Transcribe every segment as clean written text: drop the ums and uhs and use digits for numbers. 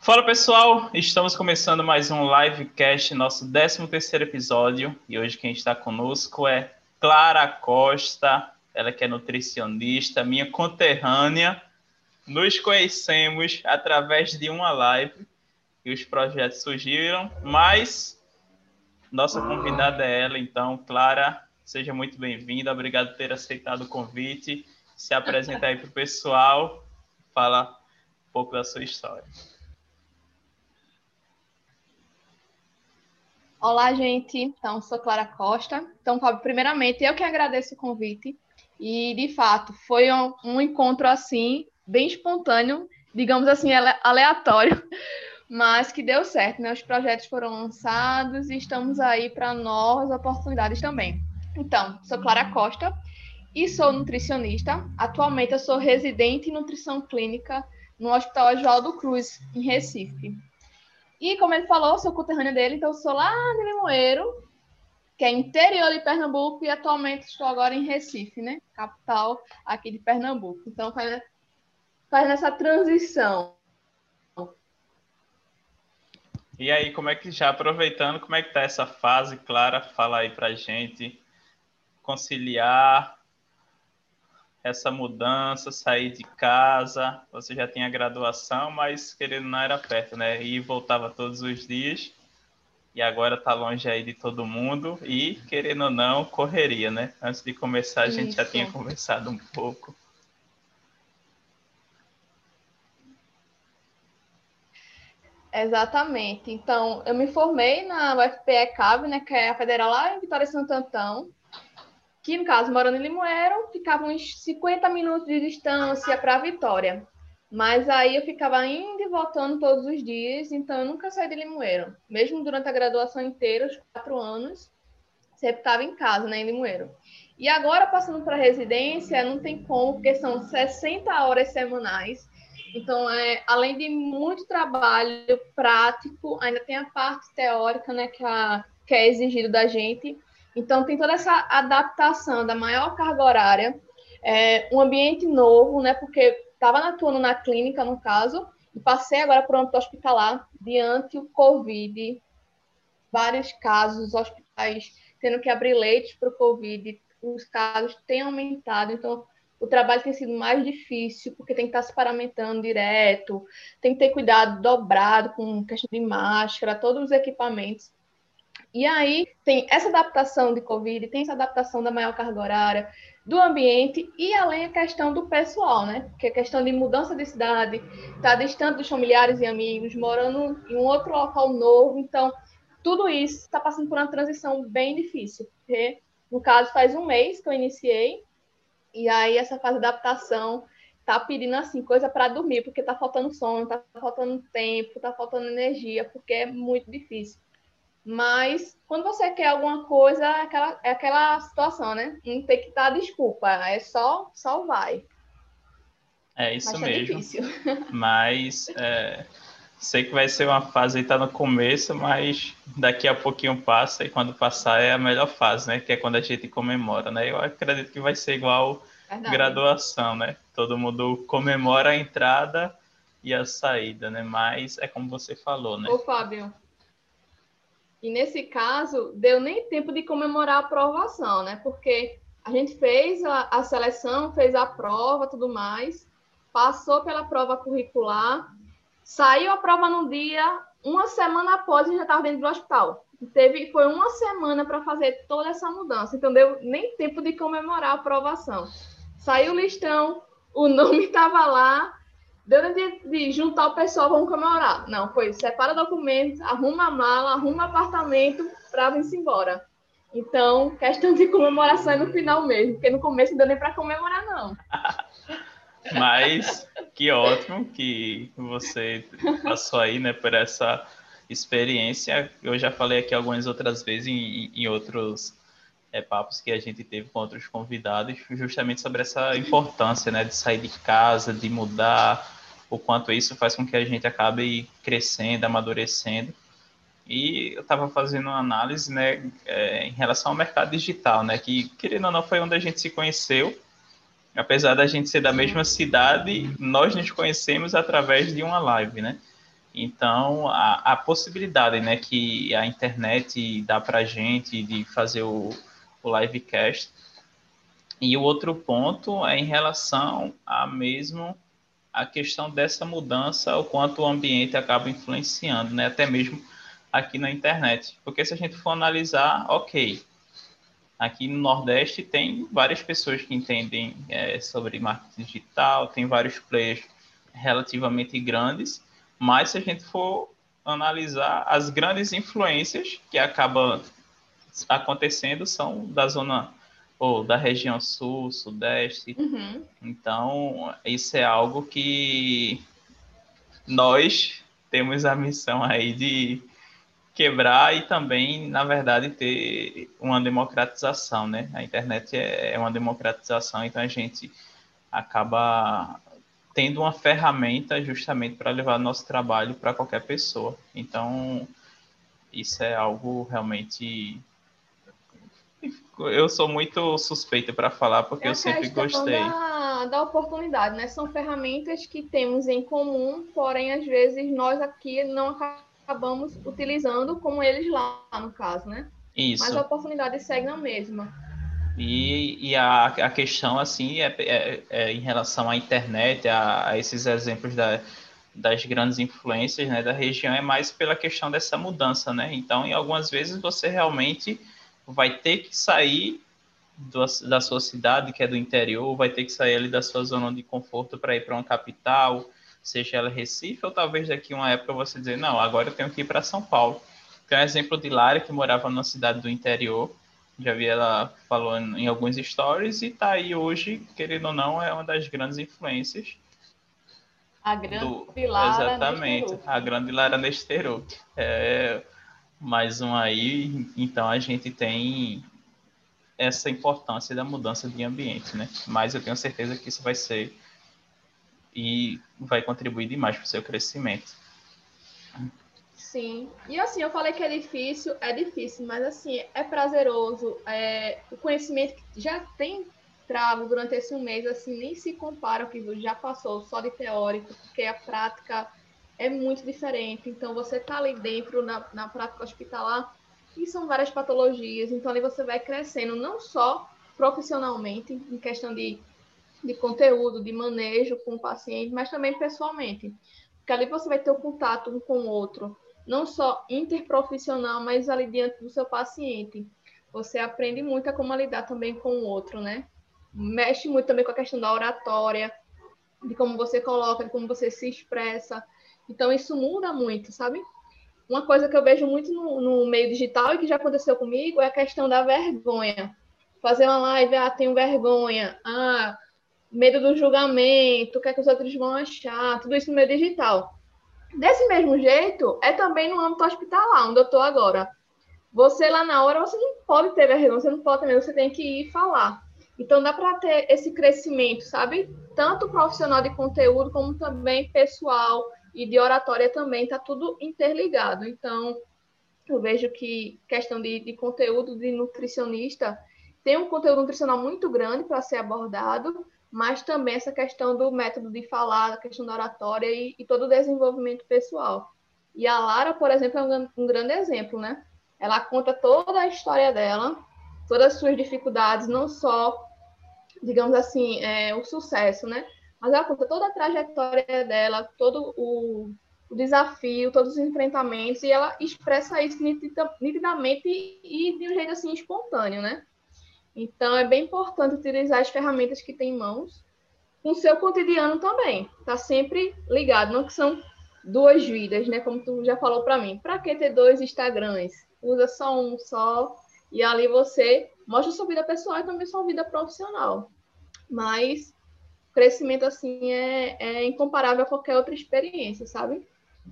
Fala pessoal, estamos começando mais um livecast, nosso 13º episódio, e hoje quem está conosco é Clara Costa, ela que é nutricionista, minha conterrânea. Nos conhecemos através de uma live e os projetos surgiram, mas nossa convidada é ela, então Clara, seja muito bem-vinda, obrigado por ter aceitado o convite, se apresenta aí para o pessoal, fala um pouco da sua história. Olá, gente. Então, sou Clara Costa. Então, Fábio, primeiramente, eu que agradeço o convite. E, de fato, foi um encontro, assim, bem espontâneo, digamos assim, aleatório, mas que deu certo, né? Os projetos foram lançados e estamos aí para novas oportunidades também. Então, sou Clara Costa e sou nutricionista. Atualmente, eu sou residente em nutrição clínica no Hospital Oswaldo Cruz, em Recife. E, como ele falou, sou conterrânea dele, então sou lá de Limoeiro, que é interior de Pernambuco, e atualmente estou agora em Recife, né? Capital aqui de Pernambuco. Então, faz essa transição. E aí, como é que, já aproveitando, como é que tá essa fase, Clara? Fala aí pra gente, conciliar essa mudança, sair de casa, você já tinha graduação, mas querendo não era perto, né? E voltava todos os dias, e agora tá longe aí de todo mundo, e querendo ou não, correria, né? Antes de começar, a gente já Isso. tinha conversado um pouco. Exatamente. Então, eu me formei na UFPE-CAB, né, que é a federal lá em Vitória de Santo Antão, que, no caso, morando em Limoeiro, ficava uns 50 minutos de distância para Vitória. Mas aí eu ficava indo e voltando todos os dias, então eu nunca saí de Limoeiro. Mesmo durante a graduação inteira, os 4 anos, sempre estava em casa, né, em Limoeiro. E agora, passando para residência, não tem como, porque são 60 horas semanais. Então, além de muito trabalho prático, ainda tem a parte teórica, né, que é exigido da gente. Então, tem toda essa adaptação da maior carga horária, um ambiente novo, né, porque estava atuando na clínica, no caso, e passei agora para o âmbito hospitalar, diante do Covid, vários casos, hospitais tendo que abrir leitos para o Covid, os casos têm aumentado, então o trabalho tem sido mais difícil, porque tem que estar se paramentando direto, tem que ter cuidado dobrado com questão de máscara, todos os equipamentos. E aí tem essa adaptação de Covid, tem essa adaptação da maior carga horária, do ambiente e além a questão do pessoal, né? Porque a questão de mudança de cidade, estar distante dos familiares e amigos, morando em um outro local novo, então tudo isso está passando por uma transição bem difícil, porque, no caso, faz um mês que eu iniciei, e aí essa fase de adaptação tá pedindo, assim, coisa para dormir, porque tá faltando sono, tá faltando tempo, tá faltando energia, porque é muito difícil. Mas, quando você quer alguma coisa, é aquela situação, né? Não tem que dar desculpa, é só vai. É isso Mas tá mesmo, difícil. mas sei que vai ser uma fase aí, tá no começo, mas daqui a pouquinho passa, e quando passar é a melhor fase, né? Que é quando a gente comemora, né? Eu acredito que vai ser igual Verdade. graduação, né? Todo mundo comemora a entrada e a saída, né? Mas é como você falou, né? Ô, Fábio, e nesse caso, deu nem tempo de comemorar a aprovação, né? Porque a gente fez a seleção, fez a prova, tudo mais, passou pela prova curricular, saiu a prova no dia, uma semana após a gente já estava dentro do hospital. Foi uma semana para fazer toda essa mudança, então deu nem tempo de comemorar a aprovação. Saiu o listão, o nome estava lá, deu de juntar o pessoal, vamos comemorar. Não, foi separa documentos, arruma a mala, arruma apartamento para vir-se embora. Então, questão de comemoração é no final mesmo, porque no começo não deu nem para comemorar, não. Mas que ótimo que você passou aí, né, por essa experiência. Eu já falei aqui algumas outras vezes em outros papos que a gente teve com outros convidados, justamente sobre essa importância, né, de sair de casa, de mudar, o quanto isso faz com que a gente acabe crescendo, amadurecendo. E eu estava fazendo uma análise, né, em relação ao mercado digital, né, que, querendo ou não, foi onde a gente se conheceu. Apesar da gente ser da mesma cidade, nós nos conhecemos através de uma live, né? Então, a possibilidade, né, que a internet dá para a gente de fazer o livecast. E o outro ponto é em relação a mesmo a questão dessa mudança, o quanto o ambiente acaba influenciando, né, até mesmo aqui na internet. Porque se a gente for analisar, ok, aqui no Nordeste tem várias pessoas que entendem sobre marketing digital, tem vários players relativamente grandes, mas se a gente for analisar, as grandes influências que acabam acontecendo são da zona ou da região sul, sudeste. Uhum. Então, isso é algo que nós temos a missão aí de quebrar e também, na verdade, ter uma democratização, né? A internet é uma democratização, então a gente acaba tendo uma ferramenta justamente para levar nosso trabalho para qualquer pessoa. Então, isso é algo realmente. Eu sou muito suspeito para falar porque É eu a sempre questão gostei. da oportunidade, né? São ferramentas que temos em comum, porém, às vezes, nós aqui não acabamos utilizando como eles lá, no caso, né? Mas a Isso. oportunidade segue na mesma. E a questão, assim, em relação à internet, a esses exemplos das grandes influências, né, da região, é mais pela questão dessa mudança, né? Então, em algumas vezes, você realmente vai ter que sair da sua cidade, que é do interior, vai ter que sair ali da sua zona de conforto para ir para uma capital, seja ela Recife, ou talvez daqui a uma época você dizer, não, agora eu tenho que ir para São Paulo. Tem um exemplo de Lara, que morava numa cidade do interior, já vi ela falando em alguns stories, e está aí hoje, querendo ou não, é uma das grandes influências A grande do... Lara Exatamente, Nesteruk. a grande Lara Nesteruk. É mais um aí, então a gente tem essa importância da mudança de ambiente, né? Mas eu tenho certeza que isso vai ser e vai contribuir demais para o seu crescimento. Sim. E assim, eu falei que é difícil, mas assim, é prazeroso. O conhecimento que já tem trago durante esse um mês, assim, nem se compara ao que já passou só de teórico, porque a prática é muito diferente. Então, você tá ali dentro na prática hospitalar e são várias patologias. Então, ali você vai crescendo, não só profissionalmente, em questão de conteúdo, de manejo com o paciente, mas também pessoalmente. Porque ali você vai ter o contato um com o outro, não só interprofissional, mas ali diante do seu paciente. Você aprende muito a como lidar também com o outro, né? Mexe muito também com a questão da oratória, de como você coloca, de como você se expressa. Então, isso muda muito, sabe? Uma coisa que eu vejo muito no meio digital e que já aconteceu comigo é a questão da vergonha. Fazer uma live, tenho vergonha, medo do julgamento, o que é que os outros vão achar, tudo isso no meio digital. Desse mesmo jeito, é também no âmbito hospitalar, onde eu estou agora. Você lá na hora, você não pode ter vergonha, você não pode ter medo, você tem que ir falar. Então dá para ter esse crescimento, sabe? Tanto profissional de conteúdo, como também pessoal e de oratória também, tá tudo interligado. Então, eu vejo que questão de conteúdo de nutricionista tem um conteúdo nutricional muito grande para ser abordado, mas também essa questão do método de falar, a questão da oratória e todo o desenvolvimento pessoal. E a Lara, por exemplo, é um grande exemplo, né? Ela conta toda a história dela, todas as suas dificuldades, não só, digamos assim, o sucesso, né? Mas ela conta toda a trajetória dela, todo o desafio, todos os enfrentamentos, e ela expressa isso nitidamente e de um jeito assim espontâneo, né? Então é bem importante utilizar as ferramentas que tem em mãos com o seu cotidiano também. Tá sempre ligado, não que são duas vidas, né? Como tu já falou para mim. Para que ter dois Instagrams? Usa só um só e ali você mostra sua vida pessoal e também sua vida profissional. Mas o crescimento assim é incomparável a qualquer outra experiência, sabe?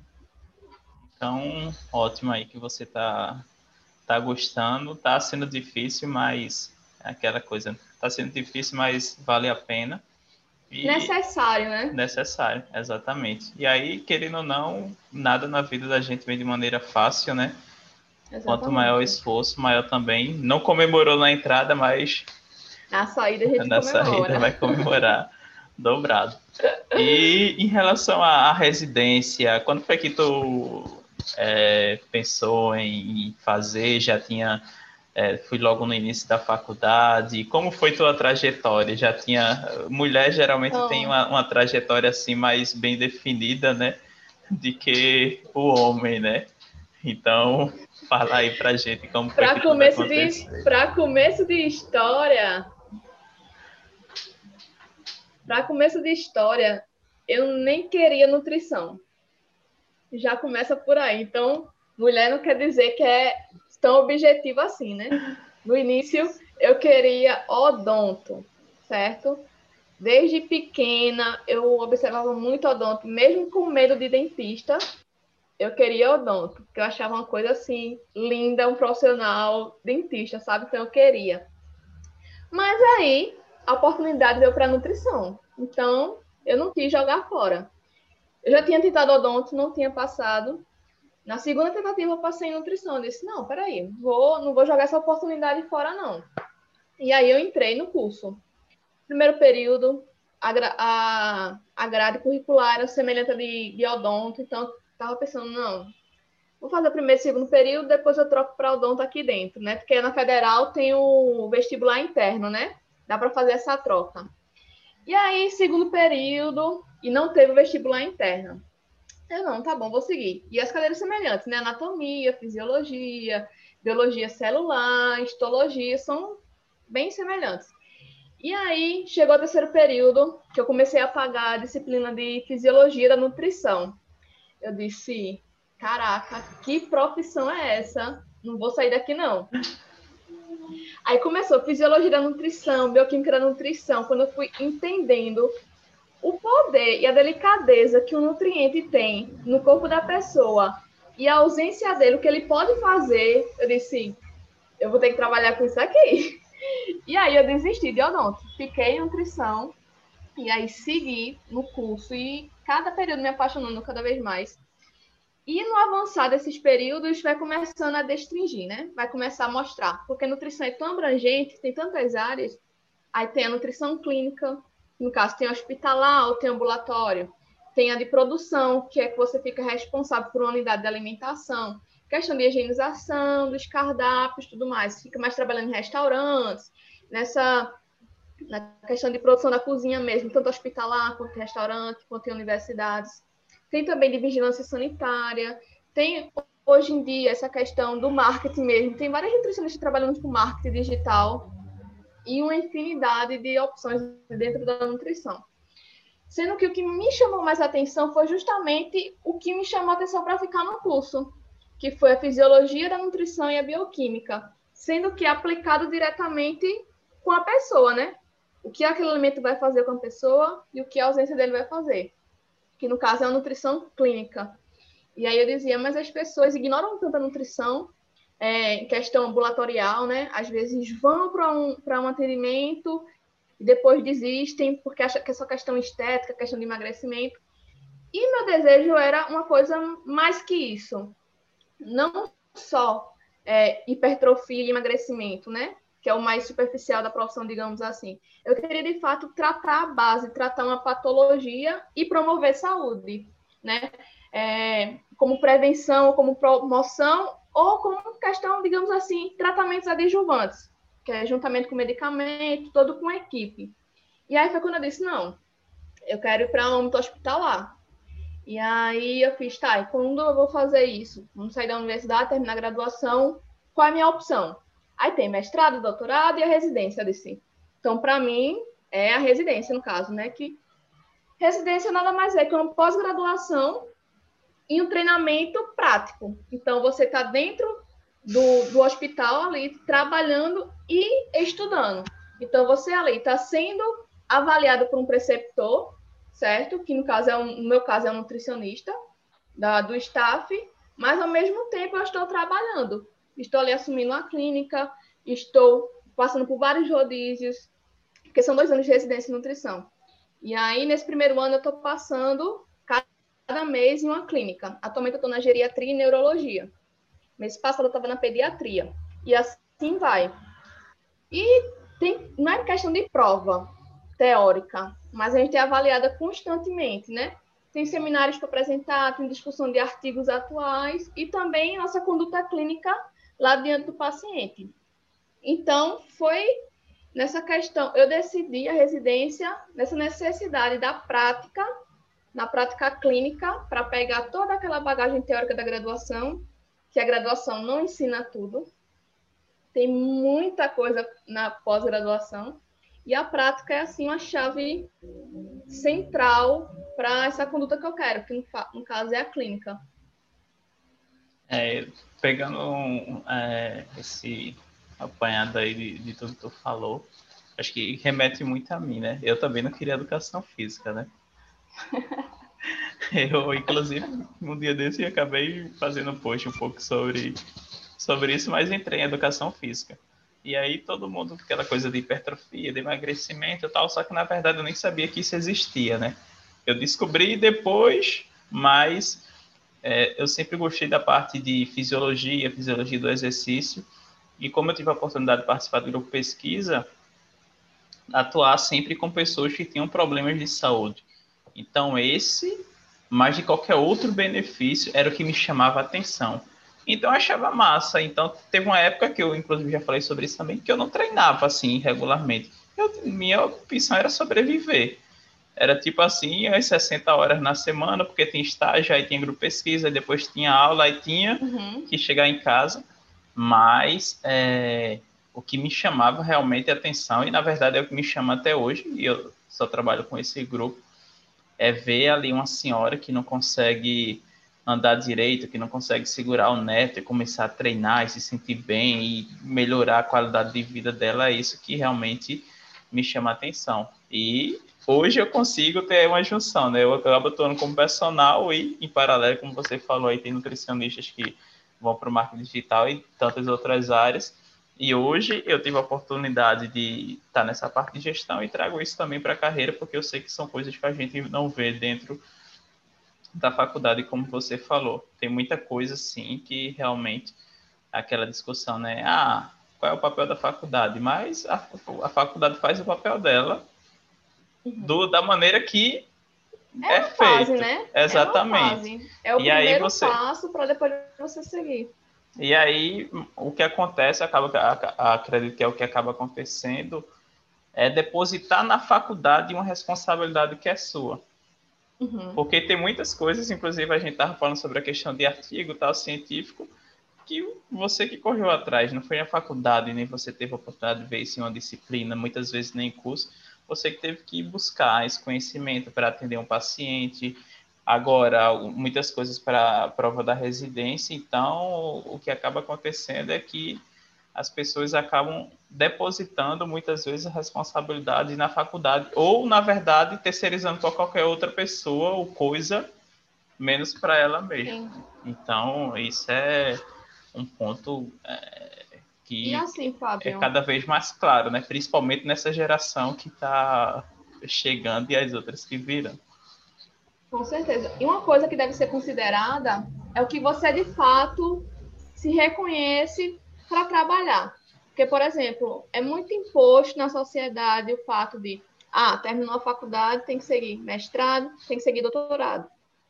Então, ótimo aí que você tá gostando. Tá sendo difícil, mas é aquela coisa. Tá sendo difícil, mas vale a pena. E Necessário, né? necessário, exatamente. E aí, querendo ou não, nada na vida da gente vem de maneira fácil, né? Quanto maior o Exatamente. esforço, maior também. Não comemorou na entrada, mas Na saída a gente na saída vai comemora. comemorar. dobrado. E em relação à residência, quando foi que tu pensou em fazer? Já tinha, fui logo no início da faculdade. Como foi tua trajetória? Já tinha, mulher geralmente tem uma trajetória assim mais bem definida, né, de que o homem, né? Então, fala aí pra gente como foi que tudo aconteceu. Para começo de história, eu nem queria nutrição. Já começa por aí. Então, mulher não quer dizer que é tão objetivo assim, né? No início, eu queria odonto, certo? Desde pequena, eu observava muito odonto, mesmo com medo de dentista, eu queria odonto, porque eu achava uma coisa assim, linda, um profissional dentista, sabe? Então eu queria. Mas aí, a oportunidade veio para nutrição. Então, eu não quis jogar fora. Eu já tinha tentado odonto, não tinha passado. Na segunda tentativa, eu passei em nutrição. Eu disse, não, peraí, não vou jogar essa oportunidade fora, não. E aí eu entrei no curso. Primeiro período, a grade curricular era semelhante de odonto, então estava pensando, não, vou fazer o primeiro e segundo período, depois eu troco para odonto aqui dentro, né? Porque na federal tem o vestibular interno, né? Dá para fazer essa troca. E aí, segundo período, e não teve o vestibular interno. Eu não, tá bom, vou seguir. E as cadeiras semelhantes, né? Anatomia, fisiologia, biologia celular, histologia, são bem semelhantes. E aí, chegou o terceiro período, que eu comecei a pagar a disciplina de fisiologia da nutrição. Eu disse, caraca, que profissão é essa? Não vou sair daqui, não. Aí começou fisiologia da nutrição, bioquímica da nutrição, quando eu fui entendendo o poder e a delicadeza que o nutriente tem no corpo da pessoa e a ausência dele, o que ele pode fazer, eu disse, eu vou ter que trabalhar com isso aqui. E aí eu desisti de odonto, fiquei em nutrição e aí segui no curso e cada período me apaixonando cada vez mais. E no avançar desses períodos vai começando a destringir, né? Vai começar a mostrar, porque a nutrição é tão abrangente, tem tantas áreas. Aí tem a nutrição clínica, no caso tem hospitalar ou tem ambulatório. Tem a de produção, que é que você fica responsável por uma unidade de alimentação. Questão de higienização, dos cardápios, tudo mais. Fica mais trabalhando em restaurantes, na questão de produção da cozinha mesmo, tanto hospitalar, quanto restaurante, quanto em universidades. Tem também de vigilância sanitária. Tem, hoje em dia, essa questão do marketing mesmo. Tem várias nutricionistas trabalhando com marketing digital e uma infinidade de opções dentro da nutrição. Sendo que o que me chamou mais a atenção foi justamente o que me chamou a atenção para ficar no curso, que foi a fisiologia da nutrição e a bioquímica, sendo que aplicado diretamente com a pessoa, né? O que aquele alimento vai fazer com a pessoa e o que a ausência dele vai fazer, que no caso é a nutrição clínica. E aí eu dizia, mas as pessoas ignoram tanto a nutrição, em questão ambulatorial, né? Às vezes vão para um atendimento e depois desistem porque acham que é só questão estética, questão de emagrecimento. E meu desejo era uma coisa mais que isso. Não só hipertrofia e emagrecimento, né? Que é o mais superficial da profissão, digamos assim. Eu queria, de fato, tratar a base, tratar uma patologia e promover saúde, né? Como prevenção, como promoção, ou como questão, digamos assim, tratamentos adjuvantes, que é juntamento com medicamento, todo com equipe. E aí foi quando eu disse, não, eu quero ir para um âmbito hospitalar. E aí eu fiz, tá, e quando eu vou fazer isso? Vamos sair da universidade, terminar a graduação, qual é a minha opção? Aí tem mestrado, doutorado e a residência, eu disse. Então, para mim, é a residência, no caso, né? Que residência nada mais é que uma pós-graduação e um treinamento prático. Então, você está dentro do hospital ali, trabalhando e estudando. Então, você ali está sendo avaliado por um preceptor, certo? Que no meu caso é um nutricionista do staff, mas ao mesmo tempo eu estou trabalhando. Estou ali assumindo uma clínica, estou passando por vários rodízios, porque são 2 anos de residência em nutrição. E aí, nesse primeiro ano, eu estou passando cada mês em uma clínica. Atualmente eu estou na geriatria e neurologia. Mês passado eu estava na pediatria. E assim vai. E não é questão de prova. teórica, mas a gente é avaliada constantemente, né? Tem seminários para apresentar, tem discussão de artigos atuais e também nossa conduta clínica lá diante do paciente. Então, foi nessa questão, eu decidi a residência nessa necessidade da prática, na prática clínica, para pegar toda aquela bagagem teórica da graduação, que a graduação não ensina tudo, tem muita coisa na pós-graduação, e a prática é, assim, uma chave central para essa conduta que eu quero, que no caso é a clínica. Pegando esse apanhado aí de tudo que tu falou, acho que remete muito a mim, né? Eu também não queria educação física, né? Eu, inclusive, um dia desse, acabei fazendo um post um pouco sobre isso, mas entrei em educação física. E aí todo mundo, aquela coisa de hipertrofia, de emagrecimento e tal, só que na verdade eu nem sabia que isso existia, né? Eu descobri depois, mas eu sempre gostei da parte de fisiologia do exercício, e como eu tive a oportunidade de participar do grupo pesquisa, atuar sempre com pessoas que tinham problemas de saúde. Então esse, mais de qualquer outro benefício, era o que me chamava a atenção. Então eu achava massa. Então teve uma época que eu, inclusive, já falei sobre isso também, que eu não treinava assim regularmente. Minha opção era sobreviver. Era tipo assim, as 60 horas na semana, porque tinha estágio, aí tinha grupo pesquisa, aí depois tinha aula, aí tinha que chegar em casa. Mas o que me chamava realmente a atenção, e na verdade é o que me chama até hoje, e eu só trabalho com esse grupo, é ver ali uma senhora que não consegue andar direito, que não consegue segurar o neto e começar a treinar e se sentir bem e melhorar a qualidade de vida dela, é isso que realmente me chama a atenção. E hoje eu consigo ter uma junção, né? Eu acabo atuando como personal e, em paralelo, como você falou, aí tem nutricionistas que vão para o marketing digital e tantas outras áreas. E hoje eu tive a oportunidade de estar nessa parte de gestão e trago isso também para a carreira, porque eu sei que são coisas que a gente não vê dentro da faculdade, como você falou. Tem muita coisa, sim, que realmente aquela discussão, né? Ah, qual é o papel da faculdade? Mas a faculdade faz o papel dela da maneira que É uma fase, feito. né? Exatamente. É uma fase. É o primeiro passo para depois você seguir. E aí, o que acontece, acredito que é o que acaba acontecendo, é depositar na faculdade uma responsabilidade que é sua. Porque tem muitas coisas, inclusive a gente estava falando sobre a questão de artigo tal, científico, que você que correu atrás, não foi na faculdade, nem você teve a oportunidade de ver isso em uma disciplina, muitas vezes nem em curso, você que teve que buscar esse conhecimento para atender um paciente. Agora, muitas coisas para a prova da residência, então o que acaba acontecendo é que as pessoas acabam depositando muitas vezes a responsabilidade na faculdade, ou, na verdade, terceirizando para qualquer outra pessoa ou coisa, menos para ela mesma. Sim. Então, isso é um ponto que assim, Fábio, é cada vez mais claro, né? Principalmente nessa geração que está chegando e as outras que viram. Com certeza. E uma coisa que deve ser considerada é o que você, de fato, se reconhece para trabalhar. Porque, por exemplo, é muito imposto na sociedade o fato de, terminou a faculdade, tem que seguir mestrado, tem que seguir doutorado.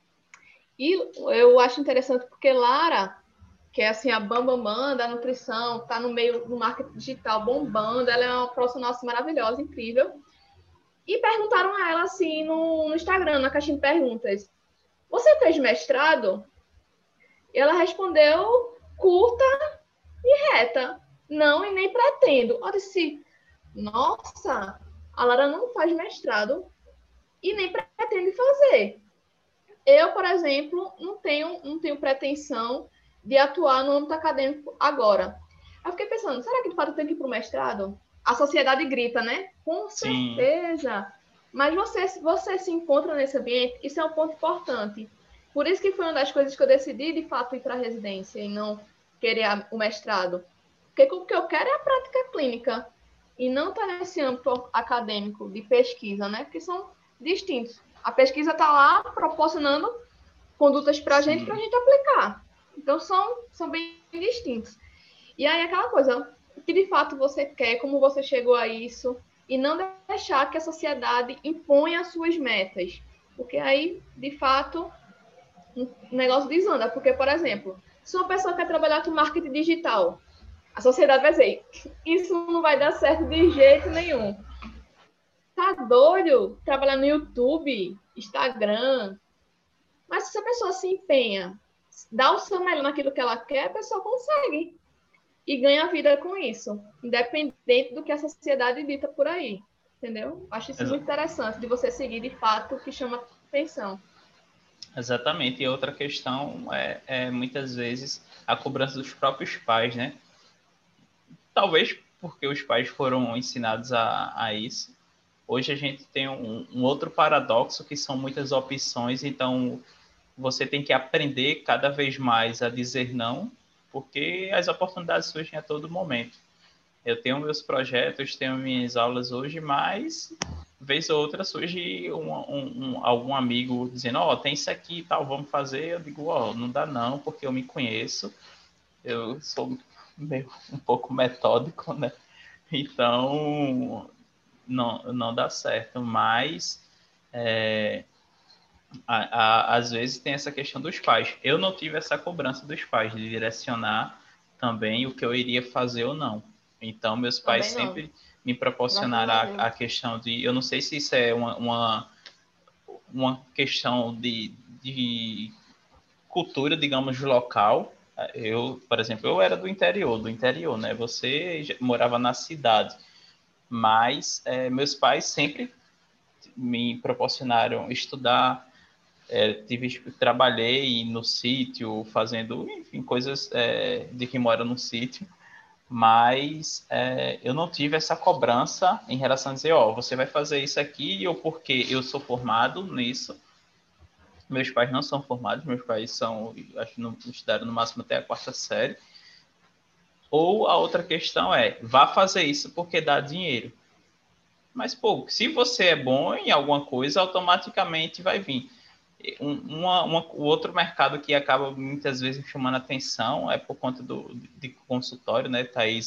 E eu acho interessante porque Lara, que é assim a bambambam da nutrição, está no meio do marketing digital bombando, ela é uma profissional assim, maravilhosa, incrível. E perguntaram a ela assim no Instagram, na caixinha de perguntas, você fez mestrado? E ela respondeu curta e reta. Não, e nem pretendo. Eu disse, nossa, a Lara não faz mestrado e nem pretende fazer. Eu, por exemplo, não tenho pretensão de atuar no âmbito acadêmico agora. Eu fiquei pensando, será que de fato eu tenho que ir para o mestrado? A sociedade grita, né? Com certeza. Sim. Mas você se encontra nesse ambiente, isso é um ponto importante. Por isso que foi uma das coisas que eu decidi, de fato, ir para a residência e não querer o mestrado. Porque o que eu quero é a prática clínica e não estar nesse âmbito acadêmico de pesquisa, né? Porque são distintos. A pesquisa está lá proporcionando condutas para a gente aplicar. Então, são bem distintos. E aí, aquela coisa, o que de fato você quer, como você chegou a isso, e não deixar que a sociedade imponha as suas metas. Porque aí, de fato, o negócio desanda. Porque, por exemplo, se uma pessoa quer trabalhar com marketing digital, a sociedade vai dizer, isso não vai dar certo de jeito nenhum. Tá doido? Trabalhar no YouTube, Instagram. Mas se a pessoa se empenha, dá o seu melhor naquilo que ela quer, a pessoa consegue. E ganha vida com isso, independente do que a sociedade dita por aí. Entendeu? Acho isso muito interessante, de você seguir de fato o que chama atenção. Exatamente. E outra questão é muitas vezes a cobrança dos próprios pais, né? Talvez porque os pais foram ensinados a isso. Hoje a gente tem um outro paradoxo que são muitas opções, então você tem que aprender cada vez mais a dizer não, porque as oportunidades surgem a todo momento. Eu tenho meus projetos, tenho minhas aulas hoje, mas vez ou outra surge algum amigo dizendo, ó, tem isso aqui e tal, vamos fazer. Eu digo, ó, não dá não, porque eu me conheço, eu sou um pouco metódico, né? Então, não dá certo, mas às vezes tem essa questão dos pais. Eu não tive essa cobrança dos pais de direcionar também o que eu iria fazer ou não. Então, meus pais Também não. sempre me proporcionaram a questão de. Eu não sei se isso é uma questão de cultura, digamos, local. Eu, por exemplo, eu era do interior, né? Você morava na cidade, mas meus pais sempre me proporcionaram estudar, trabalhei no sítio, fazendo, enfim, coisas de quem mora no sítio, mas eu não tive essa cobrança em relação a dizer, ó, você vai fazer isso aqui, ou porque eu sou formado nisso. Meus pais não são formados, meus pais acho que não estudaram no máximo até a quarta série. Ou a outra questão vá fazer isso porque dá dinheiro. Mas, pô, se você é bom em alguma coisa, automaticamente vai vir. O outro mercado que acaba muitas vezes chamando atenção é por conta de consultório, né?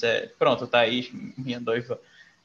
Thaís, minha noiva,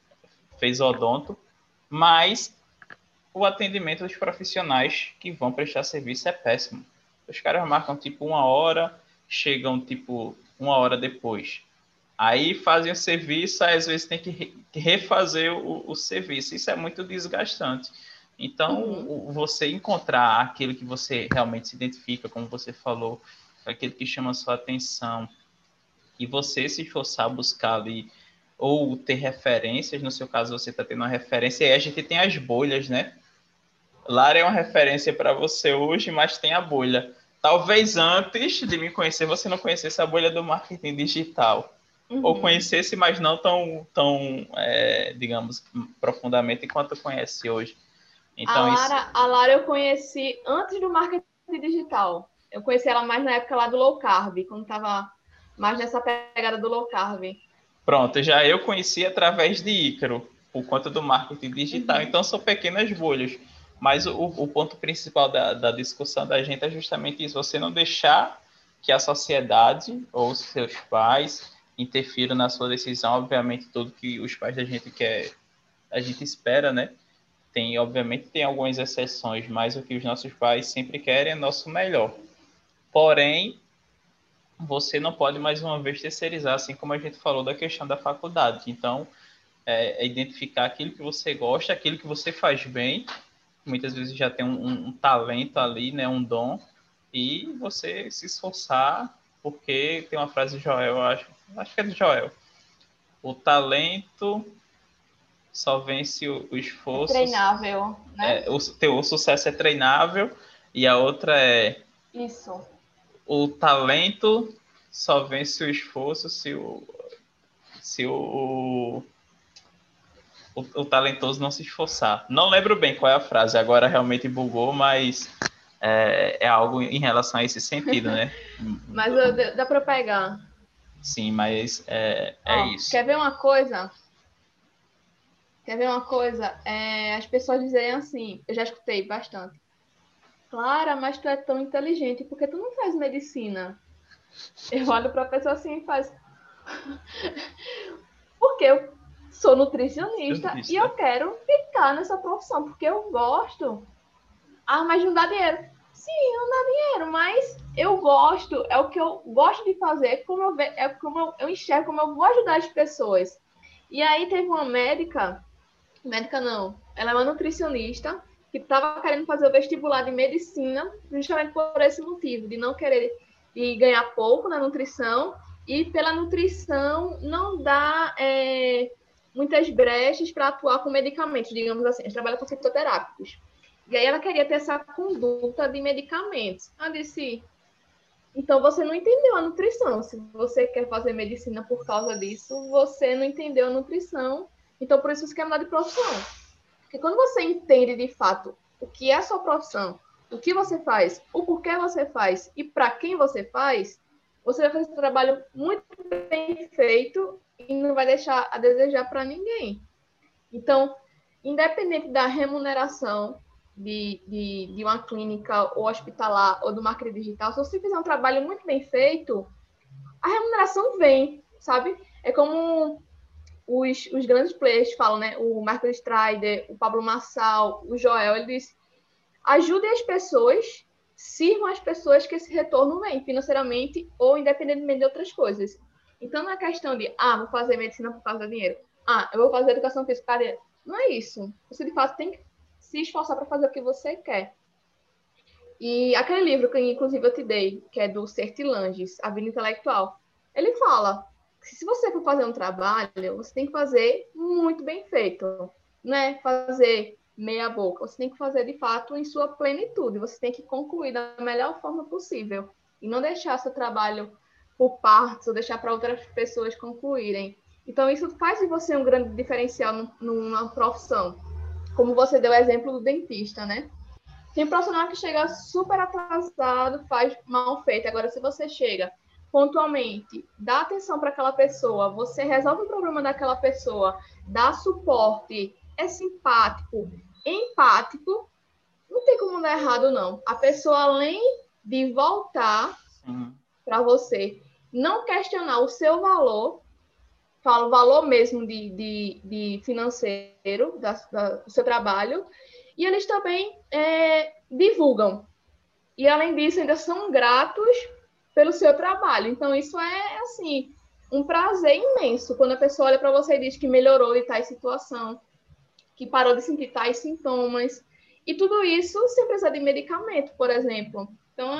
fez odonto, mas o atendimento dos profissionais que vão prestar serviço é péssimo. Os caras marcam tipo 1 hora, chegam tipo 1 hora depois. Aí fazem o serviço, aí às vezes tem que refazer o serviço. Isso é muito desgastante. Então, você encontrar aquilo que você realmente se identifica, como você falou, aquilo que chama a sua atenção, e você se esforçar a buscar ali, ou ter referências, no seu caso você está tendo uma referência, e aí a gente tem as bolhas, né? Lara é uma referência para você hoje, mas tem a bolha. Talvez antes de me conhecer, você não conhecesse a bolha do marketing digital. Ou conhecesse, mas não tão digamos, profundamente quanto conhece hoje. Então, a Lara eu conheci antes do marketing digital. Eu conheci ela mais na época lá do low carb, quando estava mais nessa pegada do low carb. Pronto, já eu conheci através de Ícaro, por conta do marketing digital. Então, são pequenas bolhas. Mas o ponto principal da discussão da gente é justamente isso: você não deixar que a sociedade ou os seus pais interfiram na sua decisão. Obviamente, tudo que os pais da gente quer, a gente espera, né? Obviamente, tem algumas exceções, mas o que os nossos pais sempre querem é nosso melhor. Porém, você não pode mais uma vez terceirizar, assim como a gente falou da questão da faculdade. Então, identificar aquilo que você gosta, aquilo que você faz bem. Muitas vezes já tem um talento ali, né, um dom, e você se esforçar, porque tem uma frase de Joel, acho que é de Joel. O talento só vence o É esforço. treinável, né? O sucesso é treinável, e a outra é Isso. o talento só vence o esforço se o talentoso não se esforçar. Não lembro bem qual é a frase, agora realmente bugou, mas é algo em relação a esse sentido, né? Mas dá para pegar. Sim, mas é Ó, isso. quer ver uma coisa? Quer ver uma coisa? As pessoas dizem assim, eu já escutei bastante. Clara, mas tu é tão inteligente, por que tu não faz medicina? Eu olho para a pessoa assim e faz. Por quê? sou nutricionista e eu quero ficar nessa profissão, porque eu gosto. Ah, mas não dá dinheiro. Sim, não dá dinheiro, mas eu gosto, é o que eu gosto de fazer, é como eu enxergo, como eu vou ajudar as pessoas. E aí teve uma médica não, ela é uma nutricionista que estava querendo fazer o vestibular de medicina justamente por esse motivo, de não querer de ganhar pouco na nutrição e pela nutrição não dá muitas brechas para atuar com medicamentos, digamos assim. A gente trabalha com fitoterápicos. E aí ela queria ter essa conduta de medicamentos. Ela disse, então você não entendeu a nutrição. Se você quer fazer medicina por causa disso, você não entendeu a nutrição. Então, por isso você quer mudar de profissão. Porque quando você entende de fato o que é a sua profissão, o que você faz, o porquê você faz e para quem você faz, você vai fazer um trabalho muito bem feito e não vai deixar a desejar para ninguém. Então, independente da remuneração de uma clínica ou hospitalar ou do marketing digital, se você fizer um trabalho muito bem feito, a remuneração vem, sabe? É como os grandes players falam, né? O Marcos Strider, o Pablo Marçal, o Joel, ele diz, ajudem as pessoas, sirvam as pessoas que esse retorno vem financeiramente ou independentemente de outras coisas. Então, não é questão de, vou fazer medicina por causa do dinheiro. Eu vou fazer educação física. Não é isso. Você, de fato, tem que se esforçar para fazer o que você quer. E aquele livro que, inclusive, eu te dei, que é do Sertilanges, A Vida Intelectual, ele fala que se você for fazer um trabalho, você tem que fazer muito bem feito. Não é fazer meia boca. Você tem que fazer, de fato, em sua plenitude. Você tem que concluir da melhor forma possível. E não deixar seu trabalho por partes ou deixar para outras pessoas concluírem. Então, isso faz de você um grande diferencial numa profissão. Como você deu o exemplo do dentista, né? Tem profissional que chega super atrasado, faz mal feito. Agora, se você chega pontualmente, dá atenção para aquela pessoa, você resolve o problema daquela pessoa, dá suporte, é simpático, empático, não tem como dar errado, não. A pessoa, além de voltar para você, não questionar o seu valor, falo o valor mesmo de financeiro do seu trabalho, e eles também divulgam. E, além disso, ainda são gratos pelo seu trabalho. Então, isso é, assim, um prazer imenso quando a pessoa olha para você e diz que melhorou de tais situação, que parou de sentir tais sintomas. E tudo isso sem precisar de medicamento, por exemplo. Então,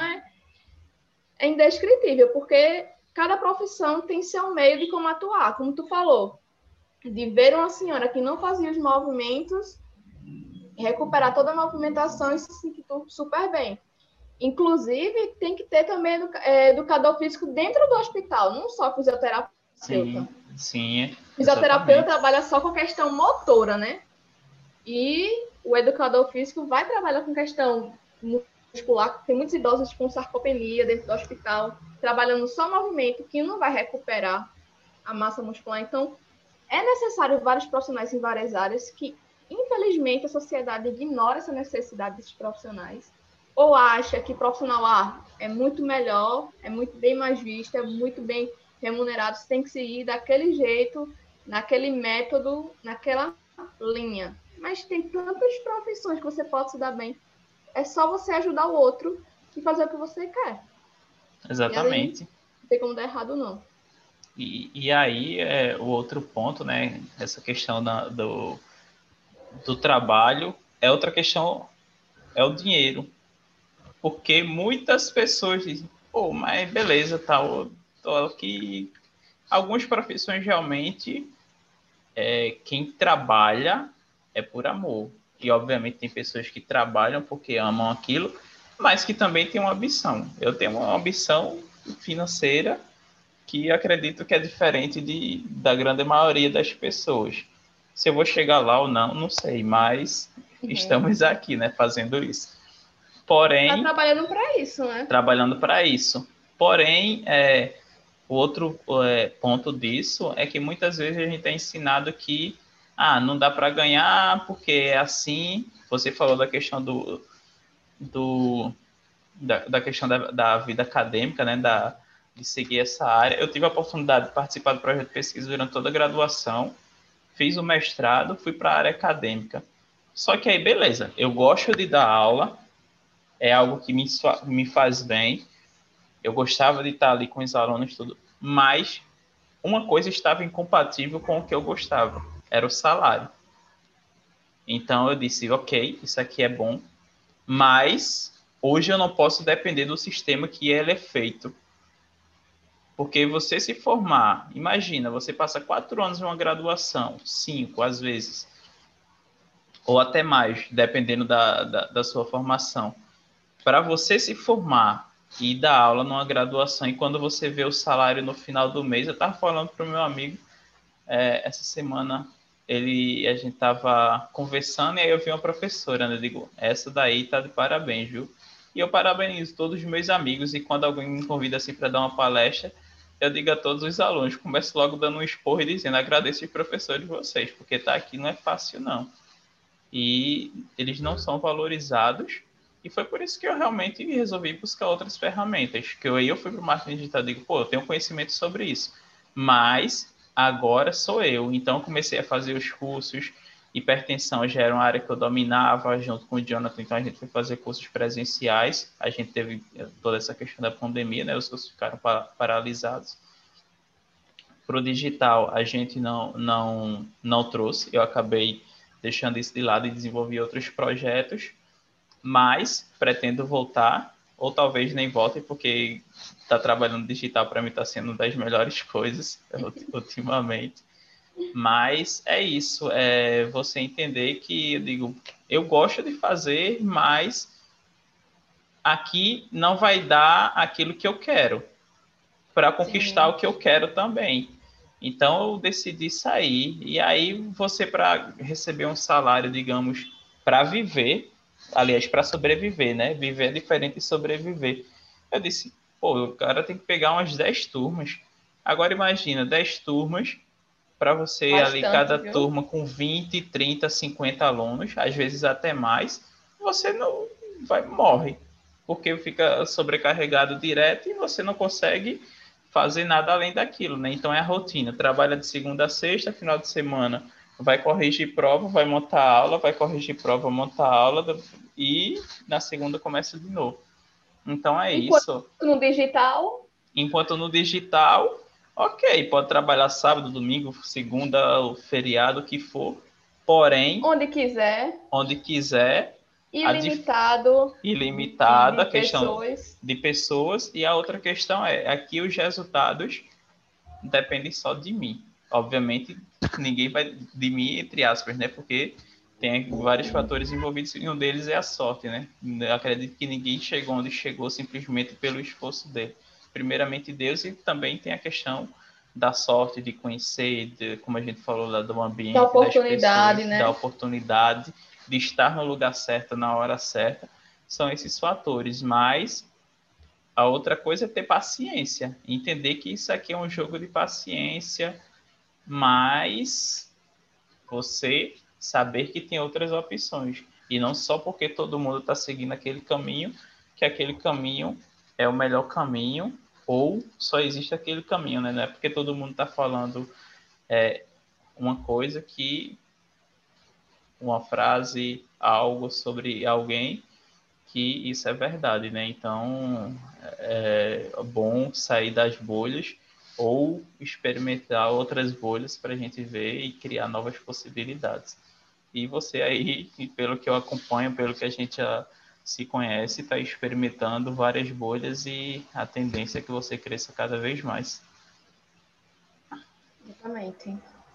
é indescritível, porque cada profissão tem seu meio de como atuar. Como tu falou, de ver uma senhora que não fazia os movimentos, recuperar toda a movimentação e se sentir super bem. Inclusive, tem que ter também educador físico dentro do hospital, não só fisioterapeuta. Sim, fisioterapeuta trabalha só com questão motora, né? E o educador físico vai trabalhar com questão muscular. Tem muitos idosos com sarcopenia dentro do hospital, trabalhando só movimento, que não vai recuperar a massa muscular. Então, é necessário vários profissionais em várias áreas que, infelizmente, a sociedade ignora essa necessidade desses profissionais ou acha que profissional A é muito melhor, é muito bem mais visto, é muito bem remunerado, você tem que seguir daquele jeito, naquele método, naquela linha. Mas tem tantas profissões que você pode se dar bem. É só você ajudar o outro e fazer o que você quer. Exatamente. Não tem como dar errado, não. E aí, o outro ponto, né? Essa questão do trabalho, outra questão é o dinheiro. Porque muitas pessoas dizem, mas beleza, tal, que algumas profissões realmente quem trabalha é por amor. E obviamente tem pessoas que trabalham porque amam aquilo, mas que também têm uma ambição. Eu tenho uma ambição financeira que acredito que é diferente da grande maioria das pessoas. Se eu vou chegar lá ou não, não sei, mas estamos aqui, né, fazendo isso. Porém, tá trabalhando para isso, né? Trabalhando para isso. Porém, o outro ponto disso é que muitas vezes a gente é ensinado que não dá para ganhar porque é assim. Você falou da questão da questão da vida acadêmica, né, de seguir essa área. Eu tive a oportunidade de participar do projeto de pesquisa durante toda a graduação. fiz o mestrado, fui para a área acadêmica. Só que aí, beleza, eu gosto de dar aula, é algo que me faz bem, eu gostava de estar ali com os alunos, tudo, mas uma coisa estava incompatível com o que eu gostava, era o salário. Então eu disse, ok, isso aqui é bom, mas hoje eu não posso depender do sistema que ele é feito. Porque você se formar, imagina, você passa 4 anos em uma graduação, 5 às vezes, ou até mais, dependendo da sua formação. Para você se formar e dar aula numa graduação, e quando você vê o salário no final do mês, eu estava falando para o meu amigo, essa semana a gente estava conversando e aí eu vi uma professora, né? Eu digo, essa daí tá de parabéns, viu? E eu parabenizo todos os meus amigos e quando alguém me convida assim para dar uma palestra, eu digo a todos os alunos, começo logo dando um esporro e dizendo, agradeço os professores de vocês, porque tá aqui não é fácil não. E eles não são valorizados e foi por isso que eu realmente resolvi buscar outras ferramentas, que eu fui para o marketing digital e digo, pô, eu tenho conhecimento sobre isso, mas agora sou eu. Então comecei a fazer os cursos, hipertensão já era uma área que eu dominava, junto com o Jonathan, então a gente foi fazer cursos presenciais, a gente teve toda essa questão da pandemia, né, os cursos ficaram paralisados. Para o digital a gente não trouxe, eu acabei deixando isso de lado e desenvolvi outros projetos, mas pretendo voltar, ou talvez nem volte, porque tá trabalhando digital para mim está sendo uma das melhores coisas ultimamente. Mas é isso, é você entender que eu digo, eu gosto de fazer, mas aqui não vai dar aquilo que eu quero para conquistar Sim. o que eu quero também. Então eu decidi sair e aí você para receber um salário, digamos, para viver, aliás, para sobreviver, né? Viver é diferente de sobreviver. Eu disse, pô, o cara tem que pegar umas 10 turmas. Agora imagina, 10 turmas para você ali Bastante, cada viu? turma com 20, 30, 50 alunos, às vezes até mais, você não morre, porque fica sobrecarregado direto e você não consegue fazer nada além daquilo, né? Então é a rotina, trabalha de segunda a sexta, final de semana vai corrigir prova, vai montar aula, vai corrigir prova, montar aula e na segunda começa de novo. Então é Enquanto isso. no digital, Enquanto no digital, ok, pode trabalhar sábado, domingo, segunda, feriado, o que for, porém, onde quiser, onde quiser, a ilimitado ilimitada de questão pessoas. de pessoas, e a outra questão é, aqui os resultados dependem só de mim. Obviamente, ninguém vai de mim, entre aspas, né? Porque tem vários fatores envolvidos e um deles é a sorte, né? Eu acredito que ninguém chegou onde chegou simplesmente pelo esforço dele. Primeiramente Deus e também tem a questão da sorte de conhecer, como a gente falou lá, do Da ambiente, das oportunidade, pessoas, da né? oportunidade de estar no lugar certo na hora certa. São esses fatores, mas a outra coisa é ter paciência, entender que isso aqui é um jogo de paciência, mas você saber que tem outras opções. E não só porque todo mundo está seguindo aquele caminho, que aquele caminho é o melhor caminho, ou só existe aquele caminho, né? Não é porque todo mundo está falando uma coisa que uma frase, algo sobre alguém, que isso é verdade, né? Então, é bom sair das bolhas ou experimentar outras bolhas para a gente ver e criar novas possibilidades. E você aí, pelo que eu acompanho, pelo que a gente já se conhece, está experimentando várias bolhas e a tendência é que você cresça cada vez mais. Exatamente.